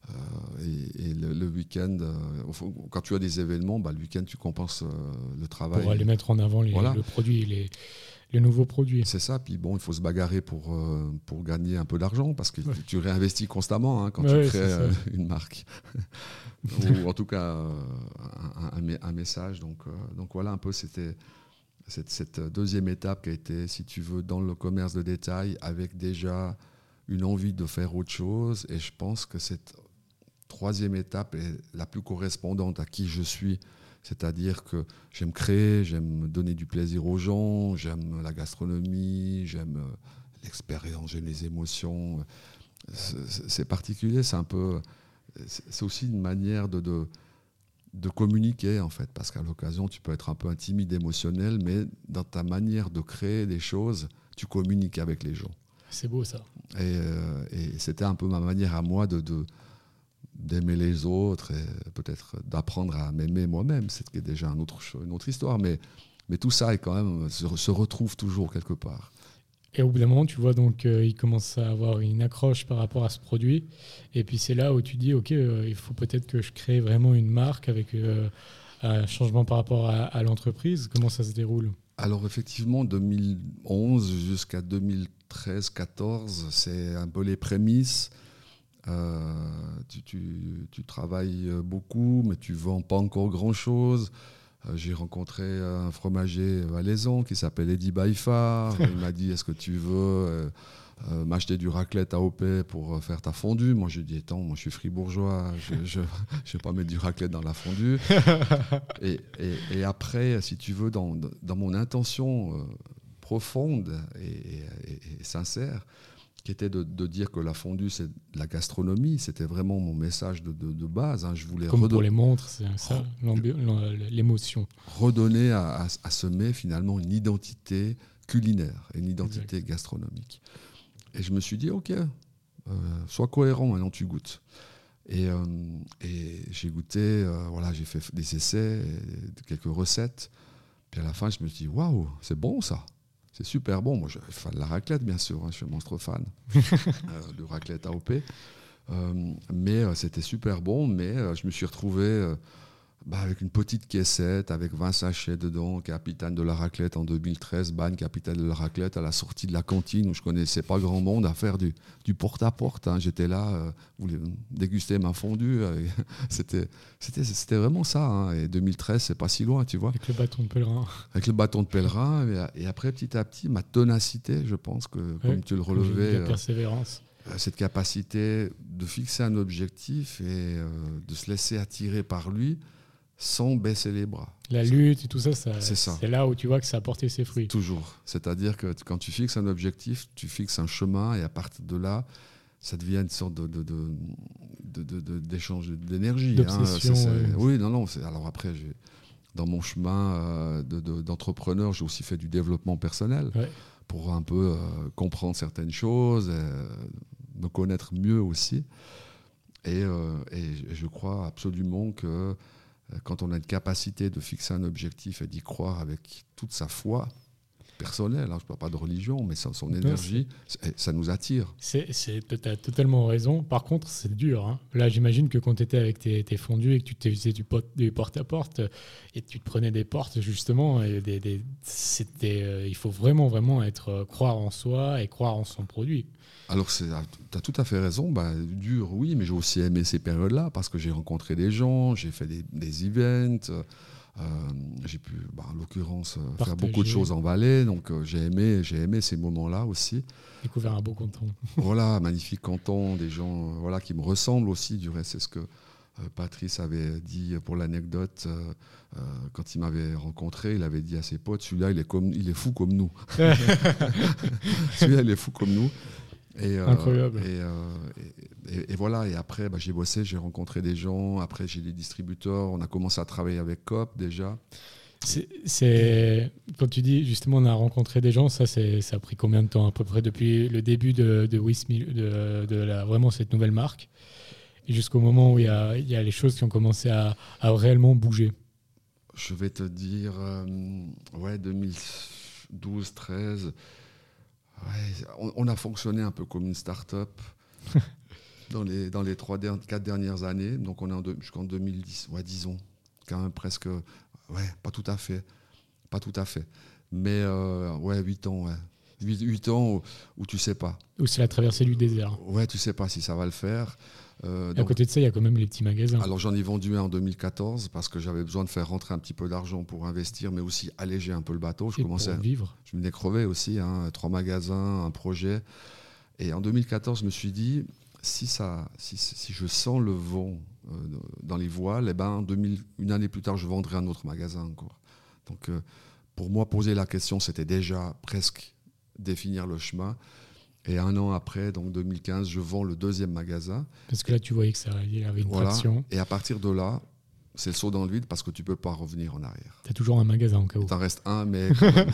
et le week-end. Quand tu as des événements, bah, le week-end, tu compenses le travail. Pour aller mettre en avant le produit, les nouveaux produits. C'est ça. Puis bon, il faut se bagarrer pour gagner un peu d'argent, parce que tu réinvestis constamment, hein, quand tu crées une marque. Ou en tout cas un message. Donc voilà, un peu, c'était cette deuxième étape qui a été, si tu veux, dans le commerce de détail, avec déjà une envie de faire autre chose. Et je pense que cette troisième étape est la plus correspondante à qui je suis. C'est-à-dire que j'aime créer, j'aime donner du plaisir aux gens, j'aime la gastronomie, j'aime l'expérience, j'aime les émotions. C'est particulier, c'est aussi une manière de communiquer, en fait, parce qu'à l'occasion, tu peux être un peu timide, émotionnel, mais dans ta manière de créer des choses, tu communiques avec les gens. C'est beau, ça. Et c'était un peu ma manière à moi d'aimer les autres et peut-être d'apprendre à m'aimer moi-même. C'est déjà une autre histoire, mais tout ça est quand même, se retrouve toujours quelque part. Et au bout d'un moment, tu vois, donc, il commence à avoir une accroche par rapport à ce produit. Et puis c'est là où tu dis, OK, il faut peut-être que je crée vraiment une marque avec un changement par rapport à l'entreprise. Comment ça se déroule ? Alors effectivement, 2011 jusqu'à 2013-14, c'est un peu les prémices. Tu travailles beaucoup, mais tu ne vends pas encore grand-chose. J'ai rencontré un fromager valaisan qui s'appelle Eddy Baïfar. Il m'a dit, est-ce que tu veux m'acheter du raclette AOP pour faire ta fondue? Moi, je lui ai dit, attends, moi je suis fribourgeois, je ne vais pas mettre du raclette dans la fondue. Et après, si tu veux, dans mon intention profonde et sincère, qui était de dire que la fondue, c'est de la gastronomie. C'était vraiment mon message de base. Hein. Je voulais comme pour les montres, c'est ça, l'émotion. Redonner à ce mets, finalement, une identité culinaire, une identité gastronomique. Et je me suis dit, OK, sois cohérent, maintenant tu goûtes. Et j'ai goûté, voilà, j'ai fait des essais, quelques recettes. Puis à la fin, je me suis dit, waouh, c'est bon ça. c'est super bon. Moi, je suis fan de la raclette, bien sûr. Je suis un monstre fan de raclette AOP. Mais c'était super bon. Mais je me suis retrouvé avec une petite caissette, avec 20 sachets dedans, capitaine de la raclette en 2013, capitaine de la raclette à la sortie de la cantine où je connaissais pas grand monde, à faire du porte-à-porte. Hein. J'étais là, voulais déguster ma fondue. C'était vraiment ça. Hein. Et 2013, c'est pas si loin, tu vois. Avec le bâton de pèlerin. Avec le bâton de pèlerin. Et après, petit à petit, ma ténacité, je pense que, comme tu le relevais, la persévérance. Cette capacité de fixer un objectif et de se laisser attirer par lui, sans baisser les bras. La lutte et tout ça, c'est là où tu vois que ça a porté ses fruits. Toujours. C'est-à-dire que quand tu fixes un objectif, tu fixes un chemin et à partir de là, ça devient une sorte d'échange d'énergie. D'obsession. Oui, non. Alors après, dans mon chemin d'entrepreneur, j'ai aussi fait du développement personnel pour un peu comprendre certaines choses, me connaître mieux aussi. Et je crois absolument que quand on a une capacité de fixer un objectif et d'y croire avec toute sa foi personnelle, hein, je ne parle pas de religion, mais son énergie, ça nous attire. Tu as totalement raison. Par contre, c'est dur. Hein. Là, j'imagine que quand tu étais avec tes fondus et que tu faisais du porte-à-porte et tu te prenais des portes, justement, et il faut vraiment, vraiment croire en soi et croire en son produit. Alors, tu as tout à fait raison. Dur, oui, mais j'ai aussi aimé ces périodes-là parce que j'ai rencontré des gens, j'ai fait des events, j'ai pu, en l'occurrence, faire beaucoup de choses en Valais. Donc, j'ai aimé ces moments-là aussi. Découvert un beau canton. Voilà, magnifique canton, des gens qui me ressemblent aussi. Du reste, c'est ce que Patrice avait dit pour l'anecdote. Quand il m'avait rencontré, il avait dit à ses potes, celui-là, il est fou comme nous. Celui-là, il est fou comme nous. Incroyable. Et voilà, et après j'ai bossé, j'ai rencontré des gens, après j'ai des distributeurs, on a commencé à travailler avec Coop déjà. Quand tu dis justement on a rencontré des gens, ça a pris combien de temps à peu près depuis le début de vraiment cette nouvelle marque et jusqu'au moment où il y a les choses qui ont commencé à réellement bouger? Je vais te dire 2012-13. On a fonctionné un peu comme une start-up dans les 4 dernières années. Donc on est jusqu'en 2010, disons, quand même presque, pas tout à fait. Mais 8 ans, 8 ans où tu sais pas. Où c'est la traversée du désert. Ouais, tu sais pas si ça va le faire. À côté de ça, il y a quand même les petits magasins. Alors j'en ai vendu un en 2014 parce que j'avais besoin de faire rentrer un petit peu d'argent pour investir, mais aussi alléger un peu le bateau. Pour vivre. Je venais crever aussi, 3 magasins, un projet. Et en 2014, je me suis dit, si je sens le vent dans les voiles, une année plus tard, je vendrai un autre magasin encore. Donc pour moi, poser la question, c'était déjà presque définir le chemin. Et 1 an après, donc 2015, je vends le 2e magasin. Parce que là, tu voyais que ça avait une traction. Et à partir de là, c'est le saut dans le vide parce que tu ne peux pas revenir en arrière. Tu as toujours un magasin au cas où. Il t'en reste un, mais...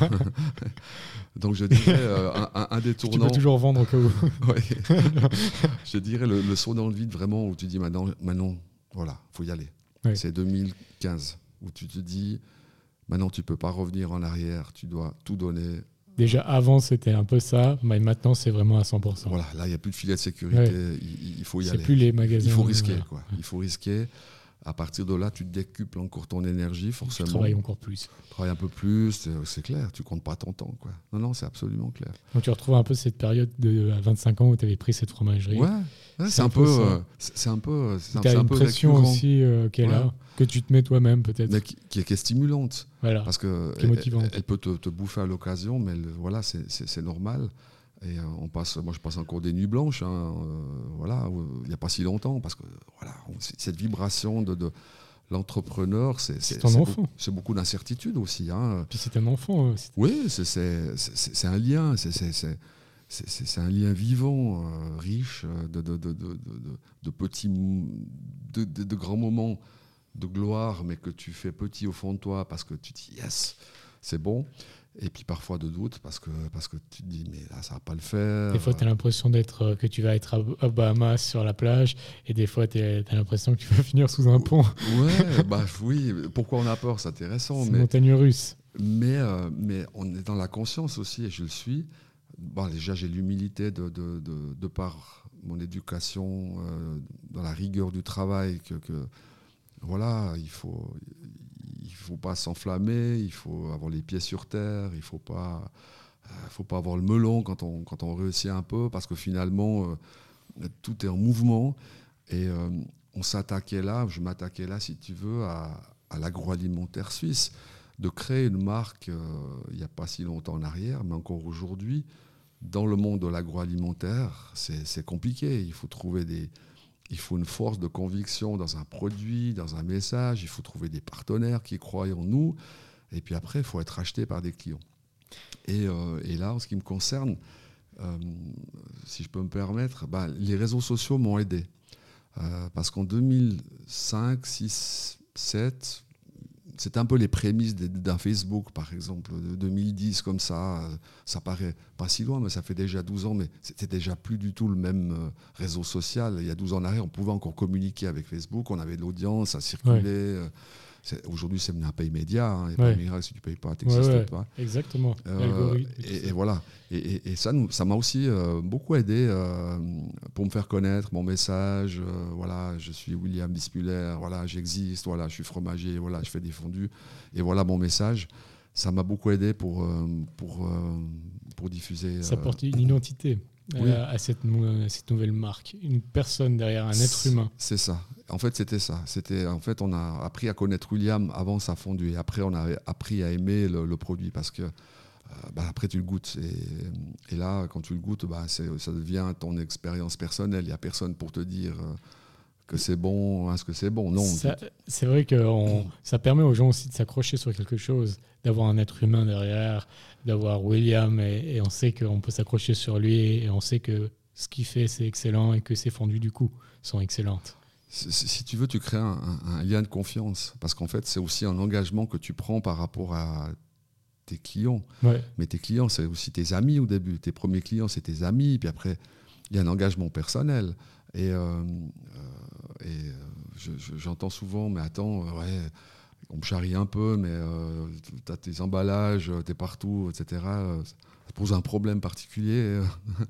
Donc je dirais un des tournants... Tu peux toujours vendre au cas où. Oui. Je dirais le saut dans le vide vraiment où tu dis maintenant voilà, il faut y aller. Oui. C'est 2015 où tu te dis maintenant tu ne peux pas revenir en arrière, tu dois tout donner... Déjà avant c'était un peu ça, mais maintenant c'est vraiment à 100%. Voilà, là il n'y a plus de filet de sécurité, il faut y aller. C'est plus les magasins. Il faut risquer, quoi. Il faut risquer. À partir de là, tu décuples encore ton énergie, forcément. Tu travailles encore plus. Tu travailles un peu plus, c'est clair, tu ne comptes pas ton temps, quoi. Non, c'est absolument clair. Donc tu retrouves un peu cette période à 25 ans où tu avais pris cette fromagerie. Ouais, c'est un peu tu as une pression récurrent. Aussi qui est là, que tu te mets toi-même peut-être. Mais qui est stimulante. Voilà, parce que elle peut te bouffer à l'occasion, mais c'est normal. Et moi je passe encore des nuits blanches, il n'y a pas si longtemps, parce que cette vibration de l'entrepreneur, c'est ton enfant. C'est beaucoup d'incertitude aussi. Puis c'est un enfant. Oui, c'est un lien, c'est un lien vivant, riche de petits, de grands moments de gloire, mais que tu fais petit au fond de toi parce que tu te dis yes, c'est bon. Et puis parfois de doute parce que tu te dis mais là ça va pas le faire. Des fois tu as l'impression que tu vas être à Bahamas sur la plage et des fois tu as l'impression que tu vas finir sous un pont. Ouais, oui, pourquoi on a peur, c'est intéressant. C'est montagne russe. Mais on est dans la conscience aussi, et je le suis. Bon, déjà, j'ai l'humilité de par mon éducation, dans la rigueur du travail, que voilà, il faut pas s'enflammer, il faut avoir les pieds sur terre, il faut pas avoir le melon quand on réussit un peu, parce que finalement, tout est en mouvement. Et je m'attaquais là, si tu veux, à l'agroalimentaire suisse, de créer une marque il n'y a pas si longtemps en arrière, mais encore aujourd'hui, dans le monde de l'agroalimentaire, c'est compliqué. Il faut une force de conviction dans un produit, dans un message. Il faut trouver des partenaires qui croient en nous. Et puis après, il faut être acheté par des clients. Et là, en ce qui me concerne, si je peux me permettre, les réseaux sociaux m'ont aidé. Parce qu'en 2005, 6, 7, c'était un peu les prémices d'un Facebook, par exemple, de 2010, comme ça. Ça paraît pas si loin, mais ça fait déjà 12 ans, mais c'était déjà plus du tout le même réseau social. Il y a 12 ans en arrière, on pouvait encore communiquer avec Facebook, on avait de l'audience, ça circulait. Ouais. Aujourd'hui, c'est un pay média. Hein, et pas miracle, si tu ne payes pas, tu n'existes pas. Exactement. Et voilà. Et ça m'a aussi beaucoup aidé pour me faire connaître, mon message. Voilà, je suis William Dismuller, voilà, j'existe, voilà, je suis fromager, voilà, je fais des fondus. Et voilà mon message. Ça m'a beaucoup aidé pour diffuser. Ça porte une identité. À cette nouvelle marque, une personne derrière un être humain. C'est ça. En fait, c'était ça. On a appris à connaître William avant sa fondue, et après on a appris à aimer le produit, parce que après tu le goûtes, et là quand tu le goûtes, ça devient ton expérience personnelle. Il n'y a personne pour te dire que c'est bon, est-ce que c'est bon. Non. C'est vrai que ça permet aux gens aussi de s'accrocher sur quelque chose, d'avoir un être humain derrière, d'avoir William, et on sait qu'on peut s'accrocher sur lui, et on sait que ce qu'il fait, c'est excellent, et que ses fondues, du coup, sont excellentes. Si tu veux, tu crées un lien de confiance, parce qu'en fait, c'est aussi un engagement que tu prends par rapport à tes clients. Ouais. Mais tes clients, c'est aussi tes amis au début. Tes premiers clients, c'est tes amis, puis après, il y a un engagement personnel. Et j'entends souvent, mais attends, on me charrie un peu, mais tu as tes emballages, tu es partout, etc. Ça pose un problème particulier.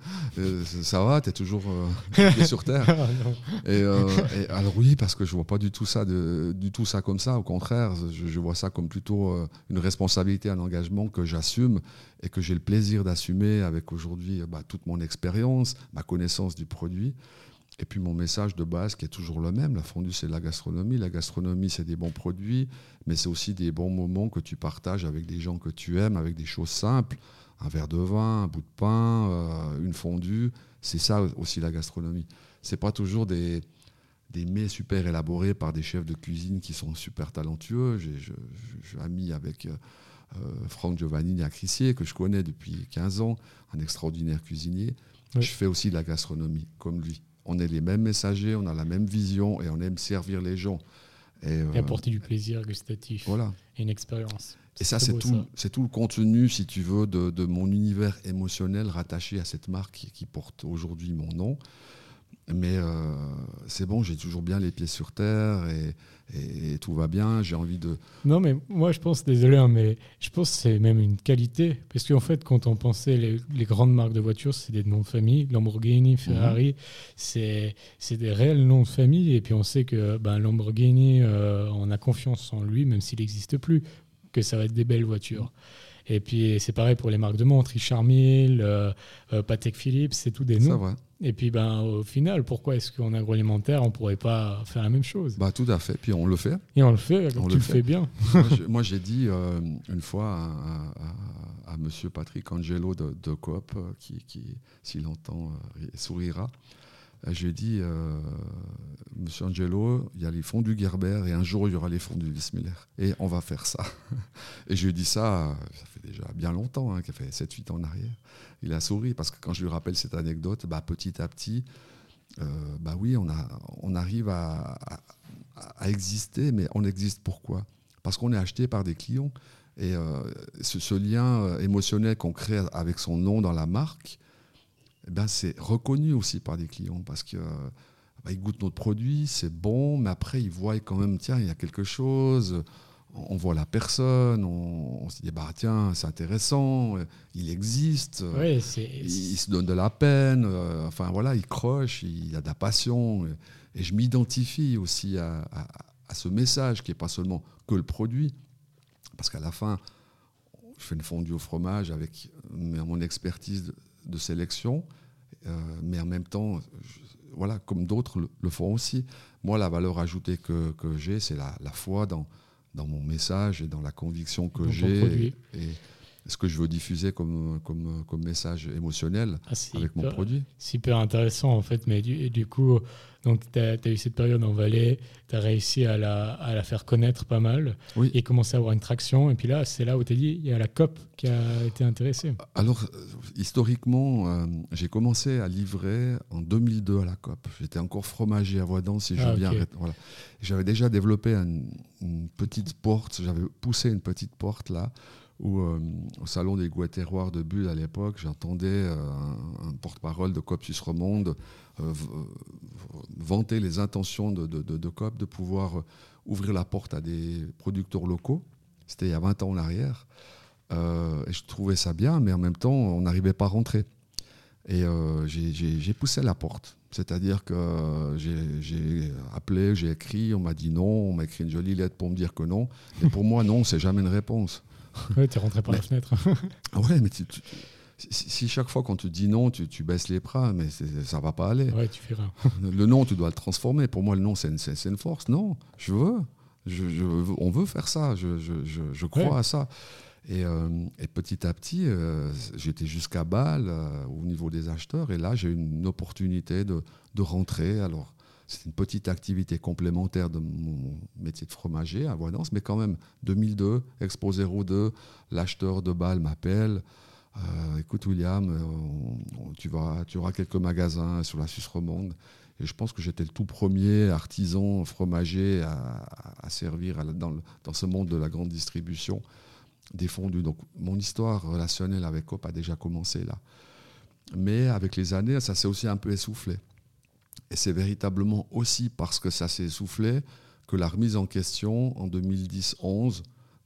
Ça va, tu es toujours sur Terre. Et alors oui, parce que je ne vois pas du tout ça comme ça. Au contraire, je vois ça comme plutôt une responsabilité, un engagement que j'assume, et que j'ai le plaisir d'assumer avec aujourd'hui toute mon expérience, ma connaissance du produit. Et puis mon message de base qui est toujours le même, la fondue c'est de la gastronomie. La gastronomie c'est des bons produits, mais c'est aussi des bons moments que tu partages avec des gens que tu aimes, avec des choses simples, un verre de vin, un bout de pain, une fondue. C'est ça aussi la gastronomie. C'est pas toujours des mets super élaborés par des chefs de cuisine qui sont super talentueux. Je suis ami avec Franck Giovannini à Crissier, que je connais depuis 15 ans, un extraordinaire cuisinier. Oui. Je fais aussi de la gastronomie comme lui. On est les mêmes messagers, on a la même vision, et on aime servir les gens. Et apporter du plaisir gustatif, voilà. Et une expérience. Et ça, c'est tout le contenu, si tu veux, de mon univers émotionnel rattaché à cette marque qui porte aujourd'hui mon nom. Mais c'est bon, j'ai toujours bien les pieds sur terre, et tout va bien, j'ai envie de... Non, mais moi, je pense, désolé, mais je pense que c'est même une qualité. Parce qu'en fait, quand on pensait les grandes marques de voitures, c'est des noms de famille. Lamborghini, Ferrari, c'est des réels noms de famille. Et puis, on sait que Lamborghini, on a confiance en lui, même s'il n'existe plus, que ça va être des belles voitures. Et puis, c'est pareil pour les marques de montres. Richard Mille, Patek Philippe, c'est tout des noms. C'est vrai. Et puis, au final, pourquoi est-ce qu'en agroalimentaire, on ne pourrait pas faire la même chose ? Tout à fait. Puis on le fait. Et on le fait, tu le fais bien. Moi, j'ai dit une fois à monsieur Patrick Angelo de Coop, qui s'il entend, sourira. Je lui ai dit, monsieur Angelo, il y a les fondus Gerber, et un jour, il y aura les fondus Dismuller. Et on va faire ça. Et je lui ai dit ça fait déjà bien longtemps, qui a fait 7-8 ans en arrière. Il a souri, parce que quand je lui rappelle cette anecdote, petit à petit, oui, on arrive à exister, mais on existe pourquoi ? Parce qu'on est acheté par des clients. Et ce lien émotionnel qu'on crée avec son nom dans la marque, c'est reconnu aussi par des clients, parce qu'ils goûtent notre produit, c'est bon, mais après ils voient quand même, tiens, il y a quelque chose, on voit la personne, on se dit bah tiens, c'est intéressant, il existe, Ouais, il se donne de la peine, enfin voilà, il croche, il a de la passion, et je m'identifie aussi à ce message qui n'est pas seulement que le produit, parce qu'à la fin, je fais une fondue au fromage avec mon expertise de sélection, mais en même temps, voilà, comme d'autres le font aussi. Moi, la valeur ajoutée que j'ai, c'est la foi dans mon message et dans la conviction que j'ai et ce que je veux diffuser comme message émotionnel avec mon produit. C'est hyper intéressant en fait, mais du coup, tu as eu cette période en Valais, tu as réussi à la faire connaître pas mal et commencer à avoir une traction. Et puis là, c'est là où tu as dit, il y a la COP qui a été intéressée. Alors, historiquement, j'ai commencé à livrer en 2002 à la COP. J'étais encore fromager à Voidans, si je veux bien. Voilà. J'avais déjà développé une petite porte, j'avais poussé une petite porte là, où au salon des goûts et terroirs de Bulle à l'époque, j'entendais un porte-parole de Coop Suisse Romande vanter les intentions de Coop de pouvoir ouvrir la porte à des producteurs locaux. C'était il y a 20 ans en arrière. Et je trouvais ça bien, mais en même temps, on n'arrivait pas à rentrer. Et j'ai poussé la porte. C'est-à-dire que j'ai appelé, j'ai écrit, on m'a dit non, on m'a écrit une jolie lettre pour me dire que non. Et pour moi, non, c'est jamais une réponse. Ouais, tu es rentré par la fenêtre. Ouais, mais si chaque fois qu'on te dit non, tu baisses les bras, mais ça ne va pas aller. Ouais, tu fais rien. Le non, tu dois le transformer. Pour moi, le non, c'est une force. Non, je veux. On veut faire ça. Je crois à ça. Et petit à petit, j'étais jusqu'à Bâle au niveau des acheteurs. Et là, j'ai eu une opportunité de rentrer. Alors, c'est une petite activité complémentaire de mon métier de fromager à Voidans, mais quand même, 2002, Expo 02, l'acheteur de Bâle m'appelle. Écoute William, tu auras quelques magasins sur la Suisse romande. Et je pense que j'étais le tout premier artisan fromager à servir dans ce monde de la grande distribution des fondus. Donc mon histoire relationnelle avec Coop a déjà commencé là. Mais avec les années, ça s'est aussi un peu essoufflé. Et c'est véritablement aussi parce que ça s'est essoufflé que la remise en question en 2010-11,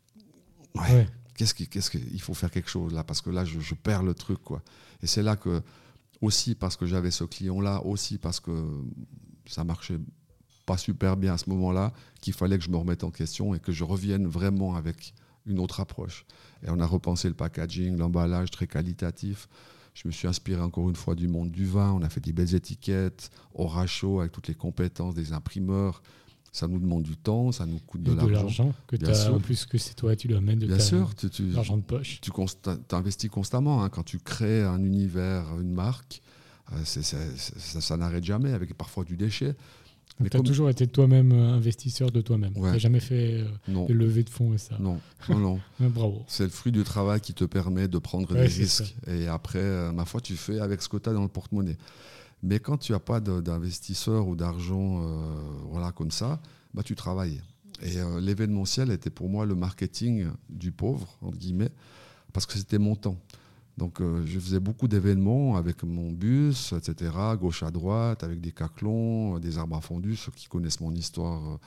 il faut faire quelque chose là, parce que là je perds le truc quoi. Et c'est là que, aussi parce que j'avais ce client-là, aussi parce que ça marchait pas super bien à ce moment-là, qu'il fallait que je me remette en question et que je revienne vraiment avec une autre approche. Et on a repensé le packaging, l'emballage très qualitatif. Je me suis inspiré encore une fois du monde du vin. On a fait des belles étiquettes au rachot avec toutes les compétences des imprimeurs. Ça nous demande du temps, ça nous coûte de l'argent. Que tu as, en plus que c'est toi, tu dois mettre de l'argent de poche. Tu investis constamment. Hein. Quand tu crées un univers, une marque, ça n'arrête jamais, avec parfois du déchet. Tu as toujours été toi-même investisseur de toi-même. Tu n'as jamais fait de levée de fonds et ça. Non. Bravo. C'est le fruit du travail qui te permet de prendre des risques. Ça. Et après, ma foi, tu fais avec ce que tu as dans le porte-monnaie. Mais quand tu n'as pas d'investisseur ou d'argent comme ça, tu travailles. Et l'événementiel était pour moi le marketing du pauvre, entre guillemets, parce que c'était mon temps. Donc je faisais beaucoup d'événements avec mon bus, etc., gauche à droite, avec des caclons, des arbres à fondus. Ceux qui connaissent mon histoire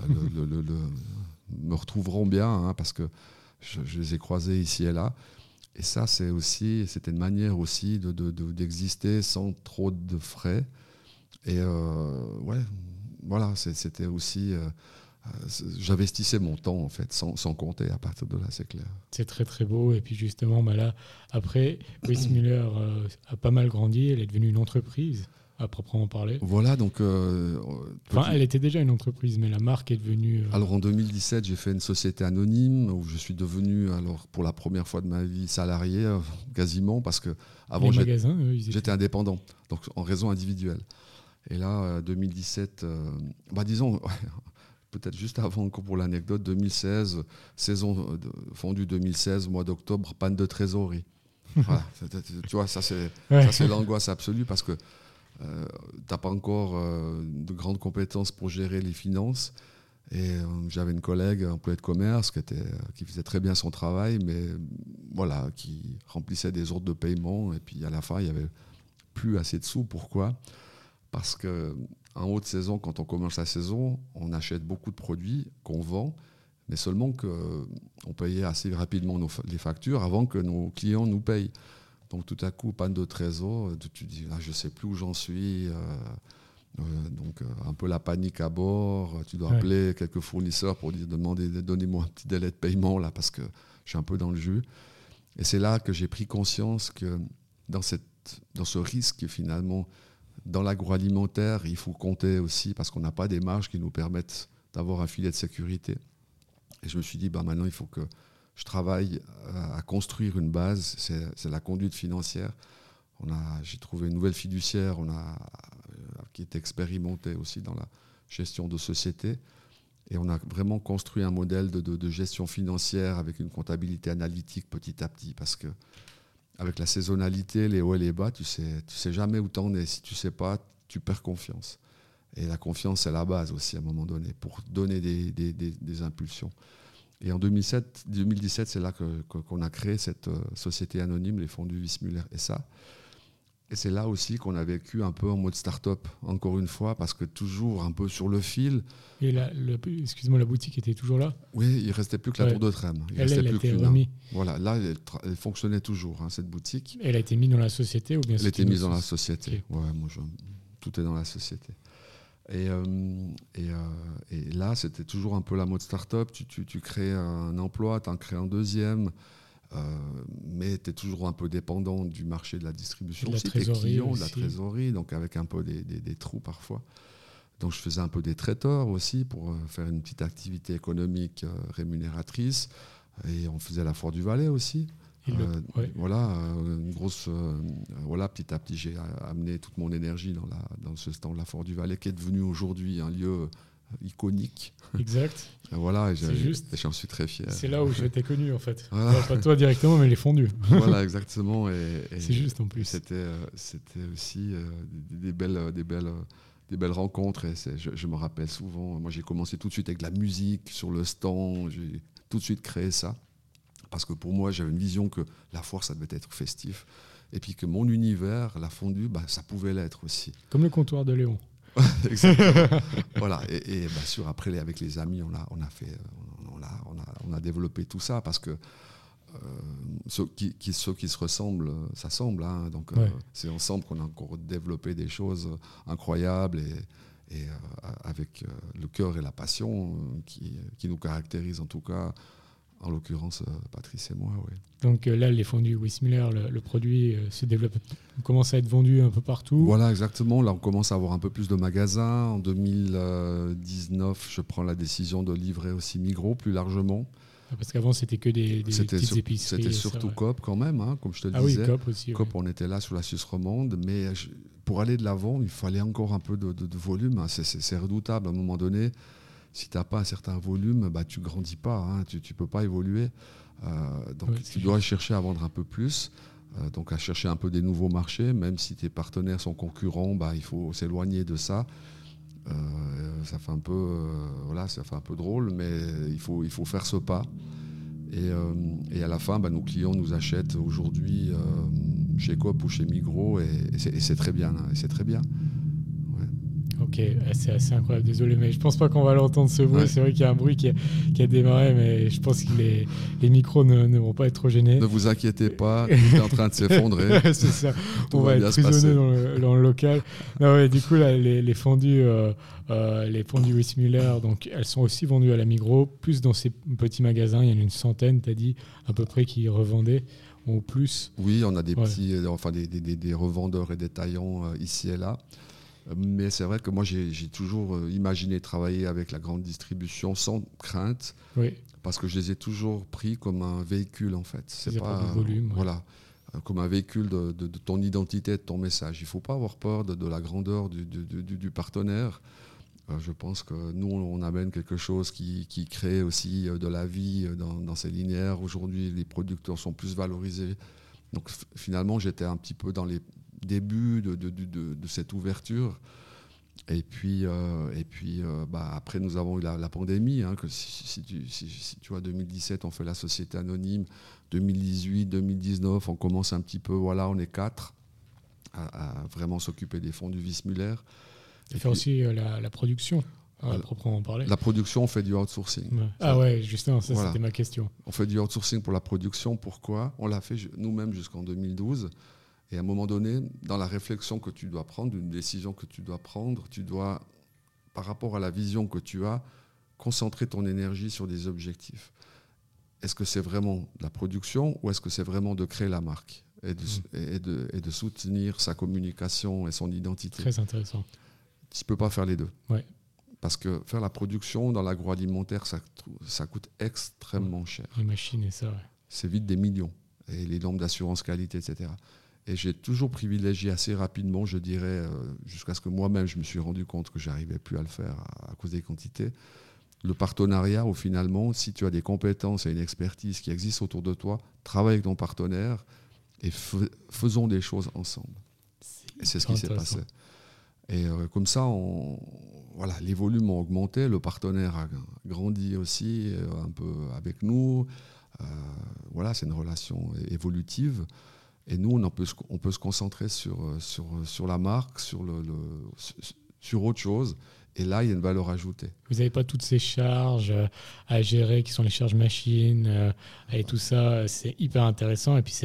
me retrouveront bien, hein, parce que je les ai croisés ici et là. Et ça, c'était une manière aussi d'exister sans trop de frais. Et c'était aussi... j'investissais mon temps, en fait, sans compter à partir de là, c'est clair. C'est très, très beau. Et puis justement, là, après, Weissmuller a pas mal grandi. Elle est devenue une entreprise, à proprement parler. Voilà, donc... elle était déjà une entreprise, mais la marque est devenue... Alors, en 2017, j'ai fait une société anonyme où je suis devenu, pour la première fois de ma vie, salarié, quasiment, parce que avant j'étais indépendant, donc en raison individuelle. Et là, 2017, disons... Peut-être juste avant, encore pour l'anecdote, 2016, saison fondue 2016, mois d'octobre, panne de trésorerie. Voilà, tu vois, ça c'est l'angoisse absolue parce que tu n'as pas encore de grandes compétences pour gérer les finances. Et j'avais une collègue, employée de commerce, qui faisait très bien son travail, mais voilà, qui remplissait des ordres de paiement. Et puis à la fin, il n'y avait plus assez de sous. Pourquoi ? Parce que en haute saison, quand on commence la saison, on achète beaucoup de produits qu'on vend, Mais seulement qu'on payait assez rapidement les factures avant que nos clients nous payent. Donc tout à coup, panne de trésor, tu dis, là, je ne sais plus où j'en suis. Donc un peu la panique à bord. Tu dois appeler quelques fournisseurs pour demander, donnez-moi un petit délai de paiement là, parce que je suis un peu dans le jus. Et c'est là que j'ai pris conscience que dans ce risque, finalement, dans l'agroalimentaire, il faut compter aussi, parce qu'on n'a pas des marges qui nous permettent d'avoir un filet de sécurité. Et je me suis dit, maintenant, il faut que je travaille à construire une base. C'est la conduite financière. J'ai trouvé une nouvelle fiduciaire qui est expérimentée aussi dans la gestion de société. Et on a vraiment construit un modèle de gestion financière avec une comptabilité analytique petit à petit. Parce que avec la saisonnalité, les hauts et les bas, tu sais jamais où t'en es. Si tu sais pas, tu perds confiance. Et la confiance, c'est la base aussi à un moment donné pour donner des impulsions. Et en 2017, c'est là qu'on a créé cette société anonyme, les Fondus Wismuller SA. Et c'est là aussi qu'on a vécu un peu en mode start-up, encore une fois, parce que toujours un peu sur le fil. Et excuse-moi, la boutique était toujours là ? Oui, il ne restait plus que la tour de Trême. Elle a été remise. Voilà, là, elle fonctionnait toujours, cette boutique. Elle a été mise dans la société ou bien Elle a été mise dans la société. Okay. Ouais, tout est dans la société. Et là, c'était toujours un peu la mode start-up. Tu crées un emploi, tu en crées un deuxième. Mais tu es toujours un peu dépendant du marché de la distribution, aussi, des clients, de la trésorerie, donc avec un peu des trous parfois. Donc je faisais un peu des traiteurs aussi pour faire une petite activité économique rémunératrice. Et on faisait la Foire du Valais aussi. Voilà, une grosse. Voilà, petit à petit, j'ai amené toute mon énergie dans ce stand de la Foire du Valais, qui est devenu aujourd'hui un lieu iconique. Exact. Voilà, juste. J'en suis très fier. C'est là où je t'ai connu en fait. Voilà. Alors, pas toi directement, mais les fondus. Voilà, exactement. Et c'est juste en plus. C'était aussi des belles rencontres. Et je me rappelle souvent, moi j'ai commencé tout de suite avec de la musique sur le stand. J'ai tout de suite créé ça. Parce que pour moi, j'avais une vision que la foire, ça devait être festif. Et puis que mon univers, la fondue, ça pouvait l'être aussi. Comme le comptoir de Léon. Exactement. Voilà. Et bien sûr, après, avec les amis, on a développé tout ça parce que ceux qui se ressemblent s'assemblent. Hein. Donc, c'est ensemble qu'on a encore développé des choses incroyables et avec le cœur et la passion qui nous caractérisent en tout cas. En l'occurrence, Patrice et moi, oui. Donc là, les fondus Wismuller, le produit se développe, commence à être vendu un peu partout. Voilà, exactement. Là, on commence à avoir un peu plus de magasins. En 2019, je prends la décision de livrer aussi Migros plus largement. Parce qu'avant, c'était que des petites épiceries. C'était surtout Coop quand même, hein, comme je te le disais. Ah oui, Coop aussi. Coop, on était là sur la Suisse romande. Mais pour aller de l'avant, il fallait encore un peu de volume. C'est redoutable à un moment donné. Si tu n'as pas un certain volume, tu ne grandis pas, hein, tu ne peux pas évoluer. Donc tu dois chercher à vendre un peu plus, donc à chercher un peu des nouveaux marchés, même si tes partenaires sont concurrents, il faut s'éloigner de ça. Ça fait un peu drôle, mais il faut faire ce pas. Et à la fin, nos clients nous achètent aujourd'hui chez Coop ou chez Migros, et c'est très bien. Hein, et c'est très bien. Ok, c'est assez incroyable, désolé, mais je pense pas qu'on va l'entendre ce bruit. Ouais. C'est vrai qu'il y a un bruit qui a démarré, mais je pense que les micros ne vont pas être trop gênés. Ne vous inquiétez pas, tout est en train de s'effondrer. C'est ça, on va être prisonniers dans le local. Non, ouais, du coup, là, les fondus Wismuller, donc elles sont aussi vendues à la Migros, plus dans ces petits magasins, il y en a une centaine, tu as dit, à peu près, qui revendaient. Ou plus. Oui, on a des petits, des revendeurs et détaillants ici et là. Mais c'est vrai que moi, j'ai toujours imaginé travailler avec la grande distribution sans crainte, parce que je les ai toujours pris comme un véhicule, en fait. C'est pas du volume. Voilà, comme un véhicule de ton identité, de ton message. Il ne faut pas avoir peur de la grandeur du partenaire. Je pense que nous, on amène quelque chose qui crée aussi de la vie dans ces linéaires. Aujourd'hui, les producteurs sont plus valorisés. Donc finalement, j'étais un petit peu dans les début de cette ouverture. Et puis après, nous avons eu la pandémie. Hein, que si tu vois, 2017, on fait la société anonyme. 2018, 2019, on commence un petit peu, on est 4 à vraiment s'occuper des fondus Wismuller. Et faire aussi la production. à proprement parler. La production, on fait du outsourcing. Ouais. Ah ouais, justement, ça voilà. C'était ma question. On fait du outsourcing pour la production. Pourquoi ? On l'a fait nous-mêmes jusqu'en 2012. Et à un moment donné, dans la réflexion que tu dois prendre, une décision que tu dois prendre, tu dois, par rapport à la vision que tu as, concentrer ton énergie sur des objectifs. Est-ce que c'est vraiment la production ou est-ce que c'est vraiment de créer la marque et de soutenir sa communication et son identité ? Très intéressant. Tu ne peux pas faire les deux. Ouais. Parce que faire la production dans l'agroalimentaire, ça coûte extrêmement cher. Les machines et ça, ouais. C'est vite des millions. Et les normes d'assurance qualité, etc. Et j'ai toujours privilégié assez rapidement, je dirais, jusqu'à ce que moi-même, je me suis rendu compte que je n'arrivais plus à le faire à cause des quantités. Le partenariat, où finalement, si tu as des compétences et une expertise qui existent autour de toi, travaille avec ton partenaire et faisons des choses ensemble. Et c'est ce qui s'est passé. Et comme ça, voilà, les volumes ont augmenté, le partenaire a grandi aussi un peu avec nous. Voilà, c'est une relation évolutive. Et nous, on peut se concentrer sur la marque, sur autre chose. Et là, il y a une valeur ajoutée. Vous n'avez pas toutes ces charges à gérer, qui sont les charges machines, et tout ça. C'est hyper intéressant. Et puis,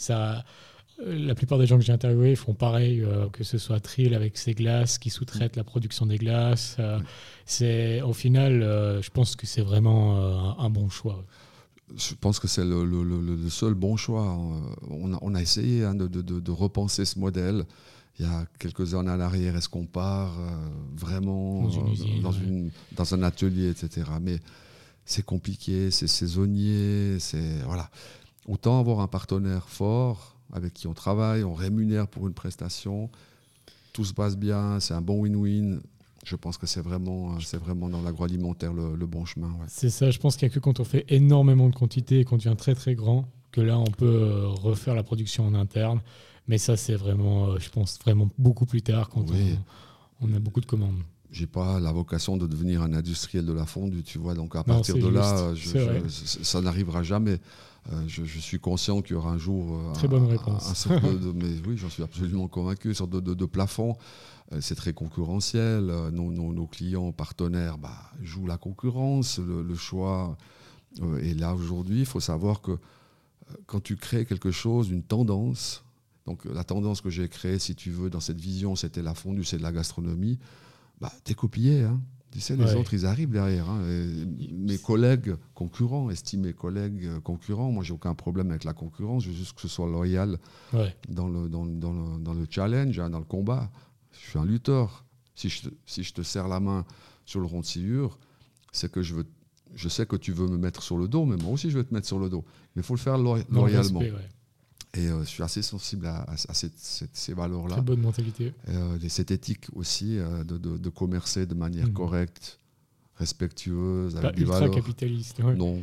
la plupart des gens que j'ai interviewés font pareil, que ce soit Trill avec ses glaces, qui sous-traitent la production des glaces. Au final, je pense que c'est vraiment un bon choix. Je pense que c'est le seul bon choix. On a essayé de repenser ce modèle. Il y a quelques années en arrière, est-ce qu'on part vraiment dans une usine, dans un atelier, etc. Mais c'est compliqué, c'est saisonnier. Voilà. Autant avoir un partenaire fort avec qui on travaille, on rémunère pour une prestation, tout se passe bien, c'est un bon win-win. Je pense que c'est vraiment dans l'agroalimentaire le bon chemin. Ouais. C'est ça, je pense qu'il n'y a que quand on fait énormément de quantité et qu'on devient très très grand, que là on peut refaire la production en interne. Mais ça, c'est vraiment, je pense, vraiment beaucoup plus tard quand on a beaucoup de commandes. J'ai pas la vocation de devenir un industriel de la fondue, tu vois. Donc à partir de là, ça n'arrivera jamais. Je suis conscient qu'il y aura un jour très bonne réponse. un sorte mais oui, j'en suis absolument convaincu, une sorte de plafond. C'est très concurrentiel. Nos clients partenaires jouent la concurrence, le choix. Et là aujourd'hui, il faut savoir que quand tu crées quelque chose, une tendance. Donc la tendance que j'ai créée, si tu veux, dans cette vision, c'était la fondue, c'est de la gastronomie. T'es copié, hein. Tu sais, les autres, ils arrivent derrière. Hein. Mes collègues concurrents, estimés collègues concurrents, moi, j'ai aucun problème avec la concurrence. Je veux juste que ce soit loyal dans le challenge, hein, dans le combat. Je suis un lutteur. Si je te serre la main sur le rond de sciure, c'est que je sais que tu veux me mettre sur le dos, mais moi aussi, je veux te mettre sur le dos. Mais il faut le faire loyalement. Respect, Et je suis assez sensible à ces valeurs-là. Très bonne mentalité. Cette éthique aussi de commercer de manière correcte, respectueuse, avec des valeurs. Ultra capitaliste. Ouais. Non.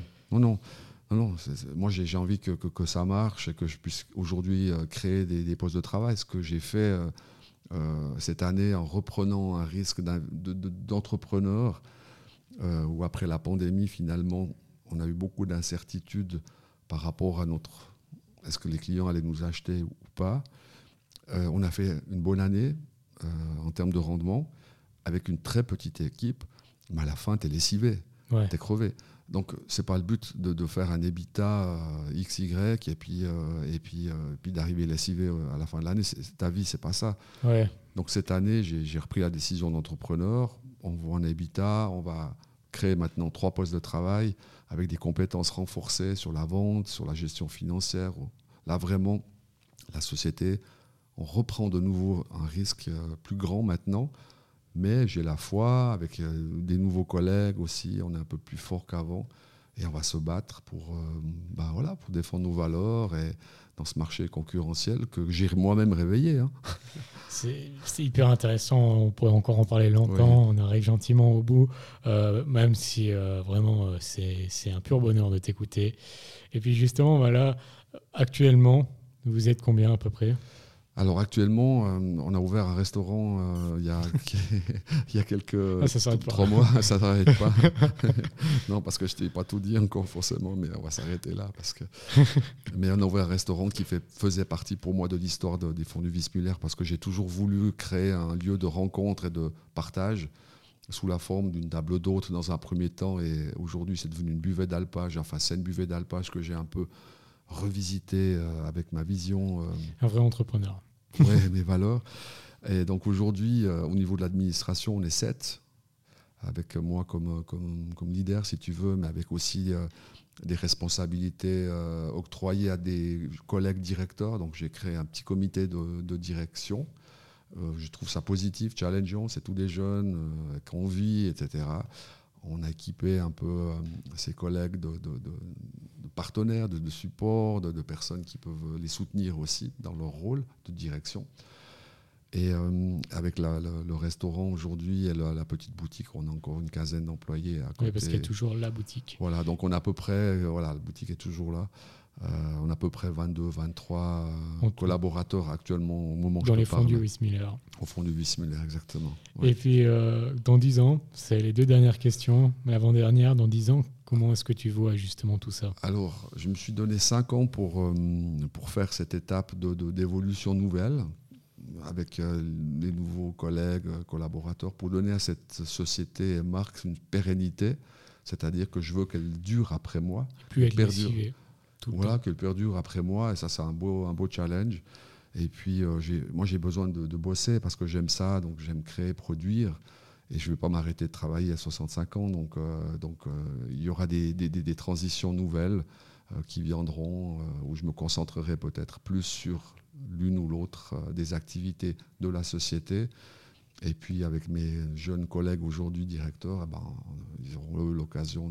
Moi, j'ai envie que ça marche et que je puisse aujourd'hui créer des postes de travail. Ce que j'ai fait cette année en reprenant un risque d'entrepreneur, où après la pandémie, finalement, on a eu beaucoup d'incertitudes par rapport à est-ce que les clients allaient nous acheter ou pas. On a fait une bonne année en termes de rendement avec une très petite équipe, mais à la fin, tu es lessivé, tu es crevé. Donc, ce n'est pas le but de faire un EBITDA XY et puis d'arriver lessivé à la fin de l'année. Ta vie, ce n'est pas ça. Ouais. Donc, cette année, j'ai repris la décision d'entrepreneur. On voit un EBITDA, on va créer maintenant 3 postes de travail avec des compétences renforcées sur la vente, sur la gestion financière. Là, vraiment, la société, on reprend de nouveau un risque plus grand maintenant, mais j'ai la foi, avec des nouveaux collègues aussi, on est un peu plus fort qu'avant, et on va se battre pour défendre nos valeurs et dans ce marché concurrentiel que j'ai moi-même réveillé. Hein. C'est hyper intéressant, on pourrait encore en parler longtemps, on arrive gentiment au bout, même si vraiment c'est un pur bonheur de t'écouter. Et puis justement, voilà, actuellement, vous êtes combien à peu près ? Alors actuellement, on a ouvert un restaurant il y a quelques 3 mois, ça ne s'arrête pas. Non, parce que je ne t'ai pas tout dit encore forcément, mais on va s'arrêter là. Mais on a ouvert un restaurant qui faisait partie pour moi de l'histoire des fondues Wismüller, parce que j'ai toujours voulu créer un lieu de rencontre et de partage. sous la forme d'une table d'hôte dans un premier temps, et aujourd'hui c'est devenu une buvette d'alpage. Enfin, c'est une buvette d'alpage que j'ai un peu revisité avec ma vision. Un vrai entrepreneur. Ouais, mes valeurs. Et donc aujourd'hui, au niveau de l'administration, on est 7, avec moi comme leader, si tu veux, mais avec aussi des responsabilités octroyées à des collègues directeurs. Donc j'ai créé un petit comité de direction. Je trouve ça positif, challengeant, c'est tous des jeunes qui ont envie, etc. On a équipé un peu ces collègues de partenaires, de support, de personnes qui peuvent les soutenir aussi dans leur rôle de direction. Et avec le restaurant aujourd'hui et la petite boutique, on a encore une quinzaine d'employés à côté. Oui, parce qu'il y a toujours la boutique. Voilà, donc on a à peu près, la boutique est toujours là. On a à peu près 22, 23 collaborateurs actuellement au moment où je te parle. Dans les fonds du Wismiller. Au fond du Wismiller, exactement. Ouais. Et puis, dans 10 ans, c'est les 2 dernières questions. L'avant-dernière, dans 10 ans, comment est-ce que tu vois justement tout ça ? Alors, je me suis donné 5 ans pour faire cette étape d'évolution nouvelle avec les nouveaux collègues, collaborateurs, pour donner à cette société et marque une pérennité, c'est-à-dire que je veux qu'elle dure après moi. Et plus elle lessivée. Voilà, qu'elle perdure après moi, et ça c'est un beau challenge. Et puis moi j'ai besoin de bosser parce que j'aime ça, donc j'aime créer, produire, et je ne vais pas m'arrêter de travailler à 65 ans, donc il y aura des transitions nouvelles qui viendront, où je me concentrerai peut-être plus sur l'une ou l'autre des activités de la société. Et puis avec mes jeunes collègues aujourd'hui directeurs, ils auront l'occasion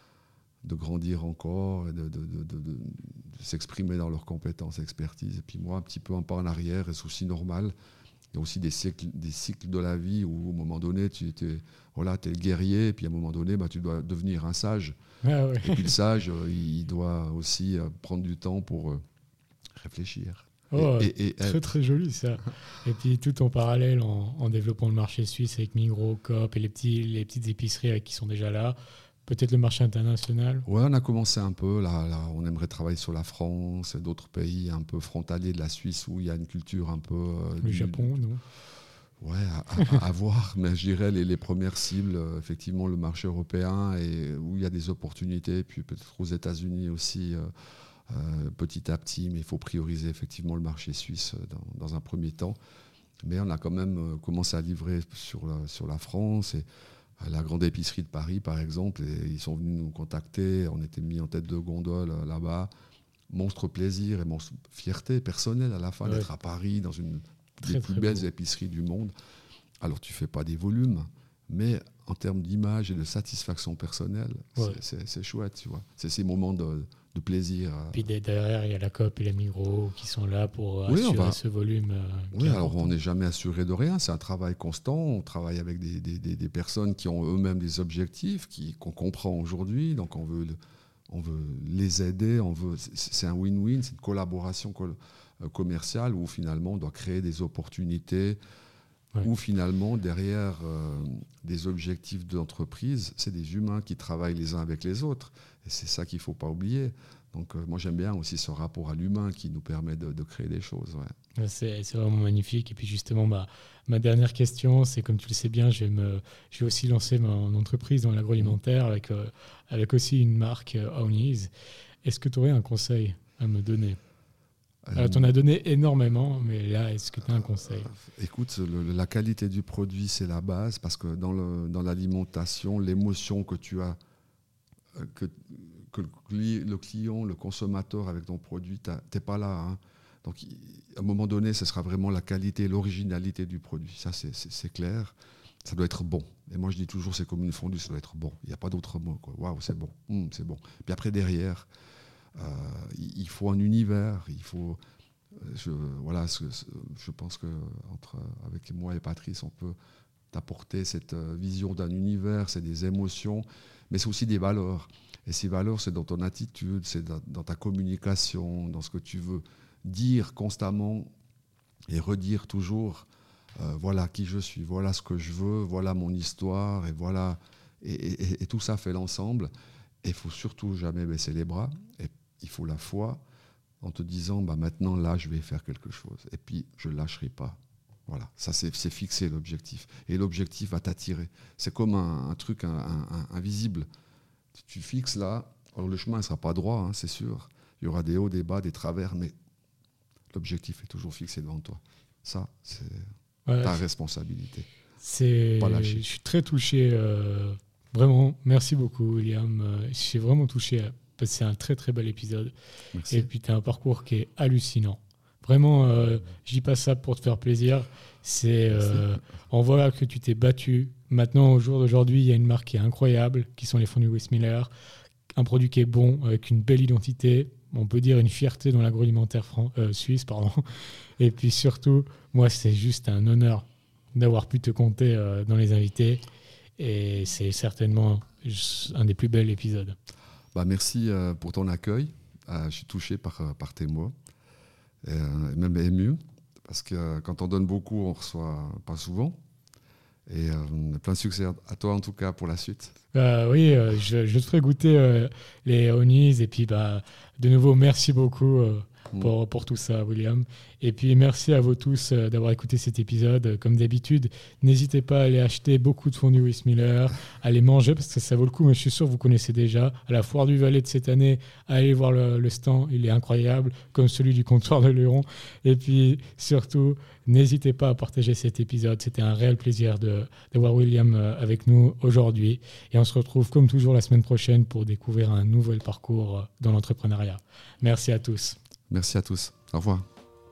de grandir encore, et de s'exprimer dans leurs compétences et expertise. Et puis moi, un petit peu un pas en arrière, et c'est aussi normal. Il y a aussi des cycles de la vie où, au moment donné, tu es le guerrier, et puis à un moment donné, tu dois devenir un sage. Ah ouais. Et puis le sage, il doit aussi prendre du temps pour réfléchir. Oh, très très joli ça. Et puis tout en parallèle, en développant le marché suisse avec Migros, Coop et les petites épiceries qui sont déjà là, peut-être le marché international. Ouais, on a commencé un peu. Là, on aimerait travailler sur la France et d'autres pays un peu frontaliers de la Suisse où il y a une culture un peu... le Japon, non ? Ouais, à voir. Mais je dirais les premières cibles, effectivement, le marché européen, et où il y a des opportunités. Puis peut-être aux États-Unis aussi, petit à petit. Mais il faut prioriser effectivement le marché suisse dans un premier temps. Mais on a quand même commencé à livrer sur la France. Et la grande épicerie de Paris, par exemple, et ils sont venus nous contacter. On était mis en tête de gondole là-bas. Monstre plaisir et monstre fierté personnelle à la fin d'être à Paris, dans une des plus belles épiceries du monde. Alors, tu ne fais pas des volumes, mais en termes d'image et de satisfaction personnelle, c'est chouette, tu vois. C'est ces moments de plaisir. Puis derrière, il y a la Coop et les Migros qui sont là pour assurer ce volume. Oui, alors on n'est jamais assuré de rien. C'est un travail constant. On travaille avec des personnes qui ont eux-mêmes des objectifs qu'on comprend aujourd'hui. Donc on veut les aider. C'est un win-win. C'est une collaboration commerciale où finalement on doit créer des opportunités. Où finalement, derrière des objectifs d'entreprise, c'est des humains qui travaillent les uns avec les autres. Et c'est ça qu'il ne faut pas oublier. Donc moi, j'aime bien aussi ce rapport à l'humain qui nous permet de créer des choses. Ouais. C'est vraiment magnifique. Et puis justement, ma dernière question, c'est comme tu le sais bien, je vais aussi lancer mon entreprise dans l'agroalimentaire avec aussi une marque Ownees. Est-ce que tu aurais un conseil à me donner ? Alors, tu en as donné énormément, mais là, est-ce que tu as un conseil ? Écoute, la qualité du produit, c'est la base, parce que dans l'alimentation, l'émotion que tu as, que le client, le consommateur avec ton produit, tu n'es pas là. Hein. Donc, à un moment donné, ce sera vraiment la qualité et l'originalité du produit. Ça, c'est clair. Ça doit être bon. Et moi, je dis toujours, c'est comme une fondue, ça doit être bon. Il n'y a pas d'autre mot. Waouh, c'est bon. C'est bon. Puis après, derrière... il faut un univers, il faut. Je pense que avec moi et Patrice, on peut t'apporter cette vision d'un univers, c'est des émotions, mais c'est aussi des valeurs. Et ces valeurs, c'est dans ton attitude, c'est dans ta communication, dans ce que tu veux dire constamment et redire toujours. Voilà qui je suis, voilà ce que je veux, voilà mon histoire, et voilà. Et tout ça fait l'ensemble. Et il ne faut surtout jamais baisser les bras. Et il faut la foi en te disant, maintenant, là, je vais faire quelque chose. Et puis, je ne lâcherai pas. Voilà, ça c'est fixé l'objectif. Et l'objectif va t'attirer. C'est comme un truc invisible. Tu fixes là, alors le chemin ne sera pas droit, hein, c'est sûr. Il y aura des hauts, des bas, des travers, mais l'objectif est toujours fixé devant toi. Ça, c'est ta responsabilité. Pas lâcher. Je suis très touché. Vraiment, merci beaucoup, William. Je suis vraiment touché parce que c'est un très très bel épisode. Merci. Et puis tu as un parcours qui est hallucinant. Vraiment, je dis pas ça pour te faire plaisir. On voit que tu t'es battu. Maintenant, au jour d'aujourd'hui, il y a une marque qui est incroyable, qui sont les fonds du Wissmiller. Un produit qui est bon, avec une belle identité. On peut dire une fierté dans l'agroalimentaire suisse. Pardon. Et puis surtout, moi, c'est juste un honneur d'avoir pu te compter dans les invités. Et c'est certainement un des plus bels épisodes. Merci pour ton accueil. Je suis touché par tes mots. Et même ému. Parce que quand on donne beaucoup, on ne reçoit pas souvent. Et plein de succès à toi, en tout cas, pour la suite. Oui, je te ferai goûter les Brownies. Et puis, de nouveau, merci beaucoup pour tout ça, William. Et puis, merci à vous tous d'avoir écouté cet épisode. Comme d'habitude, n'hésitez pas à aller acheter beaucoup de fondue Wissmiller, à les manger parce que ça vaut le coup. Mais je suis sûr que vous connaissez déjà. À la Foire du Valais de cette année, allez voir le stand. Il est incroyable, comme celui du comptoir de Luron. Et puis, surtout, n'hésitez pas à partager cet épisode. C'était un réel plaisir d'avoir William avec nous aujourd'hui. Et on se retrouve comme toujours la semaine prochaine pour découvrir un nouvel parcours dans l'entrepreneuriat. Merci à tous. Merci à tous. Au revoir.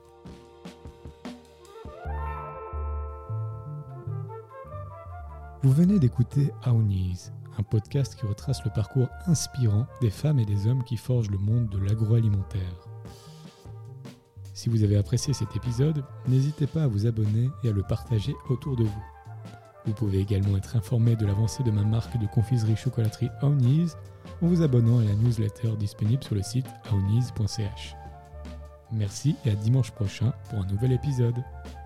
Vous venez d'écouter Brownies, un podcast qui retrace le parcours inspirant des femmes et des hommes qui forgent le monde de l'agroalimentaire. Si vous avez apprécié cet épisode, n'hésitez pas à vous abonner et à le partager autour de vous. Vous pouvez également être informé de l'avancée de ma marque de confiserie-chocolaterie Brownies en vous abonnant à la newsletter disponible sur le site brownies.ch. Merci et à dimanche prochain pour un nouvel épisode.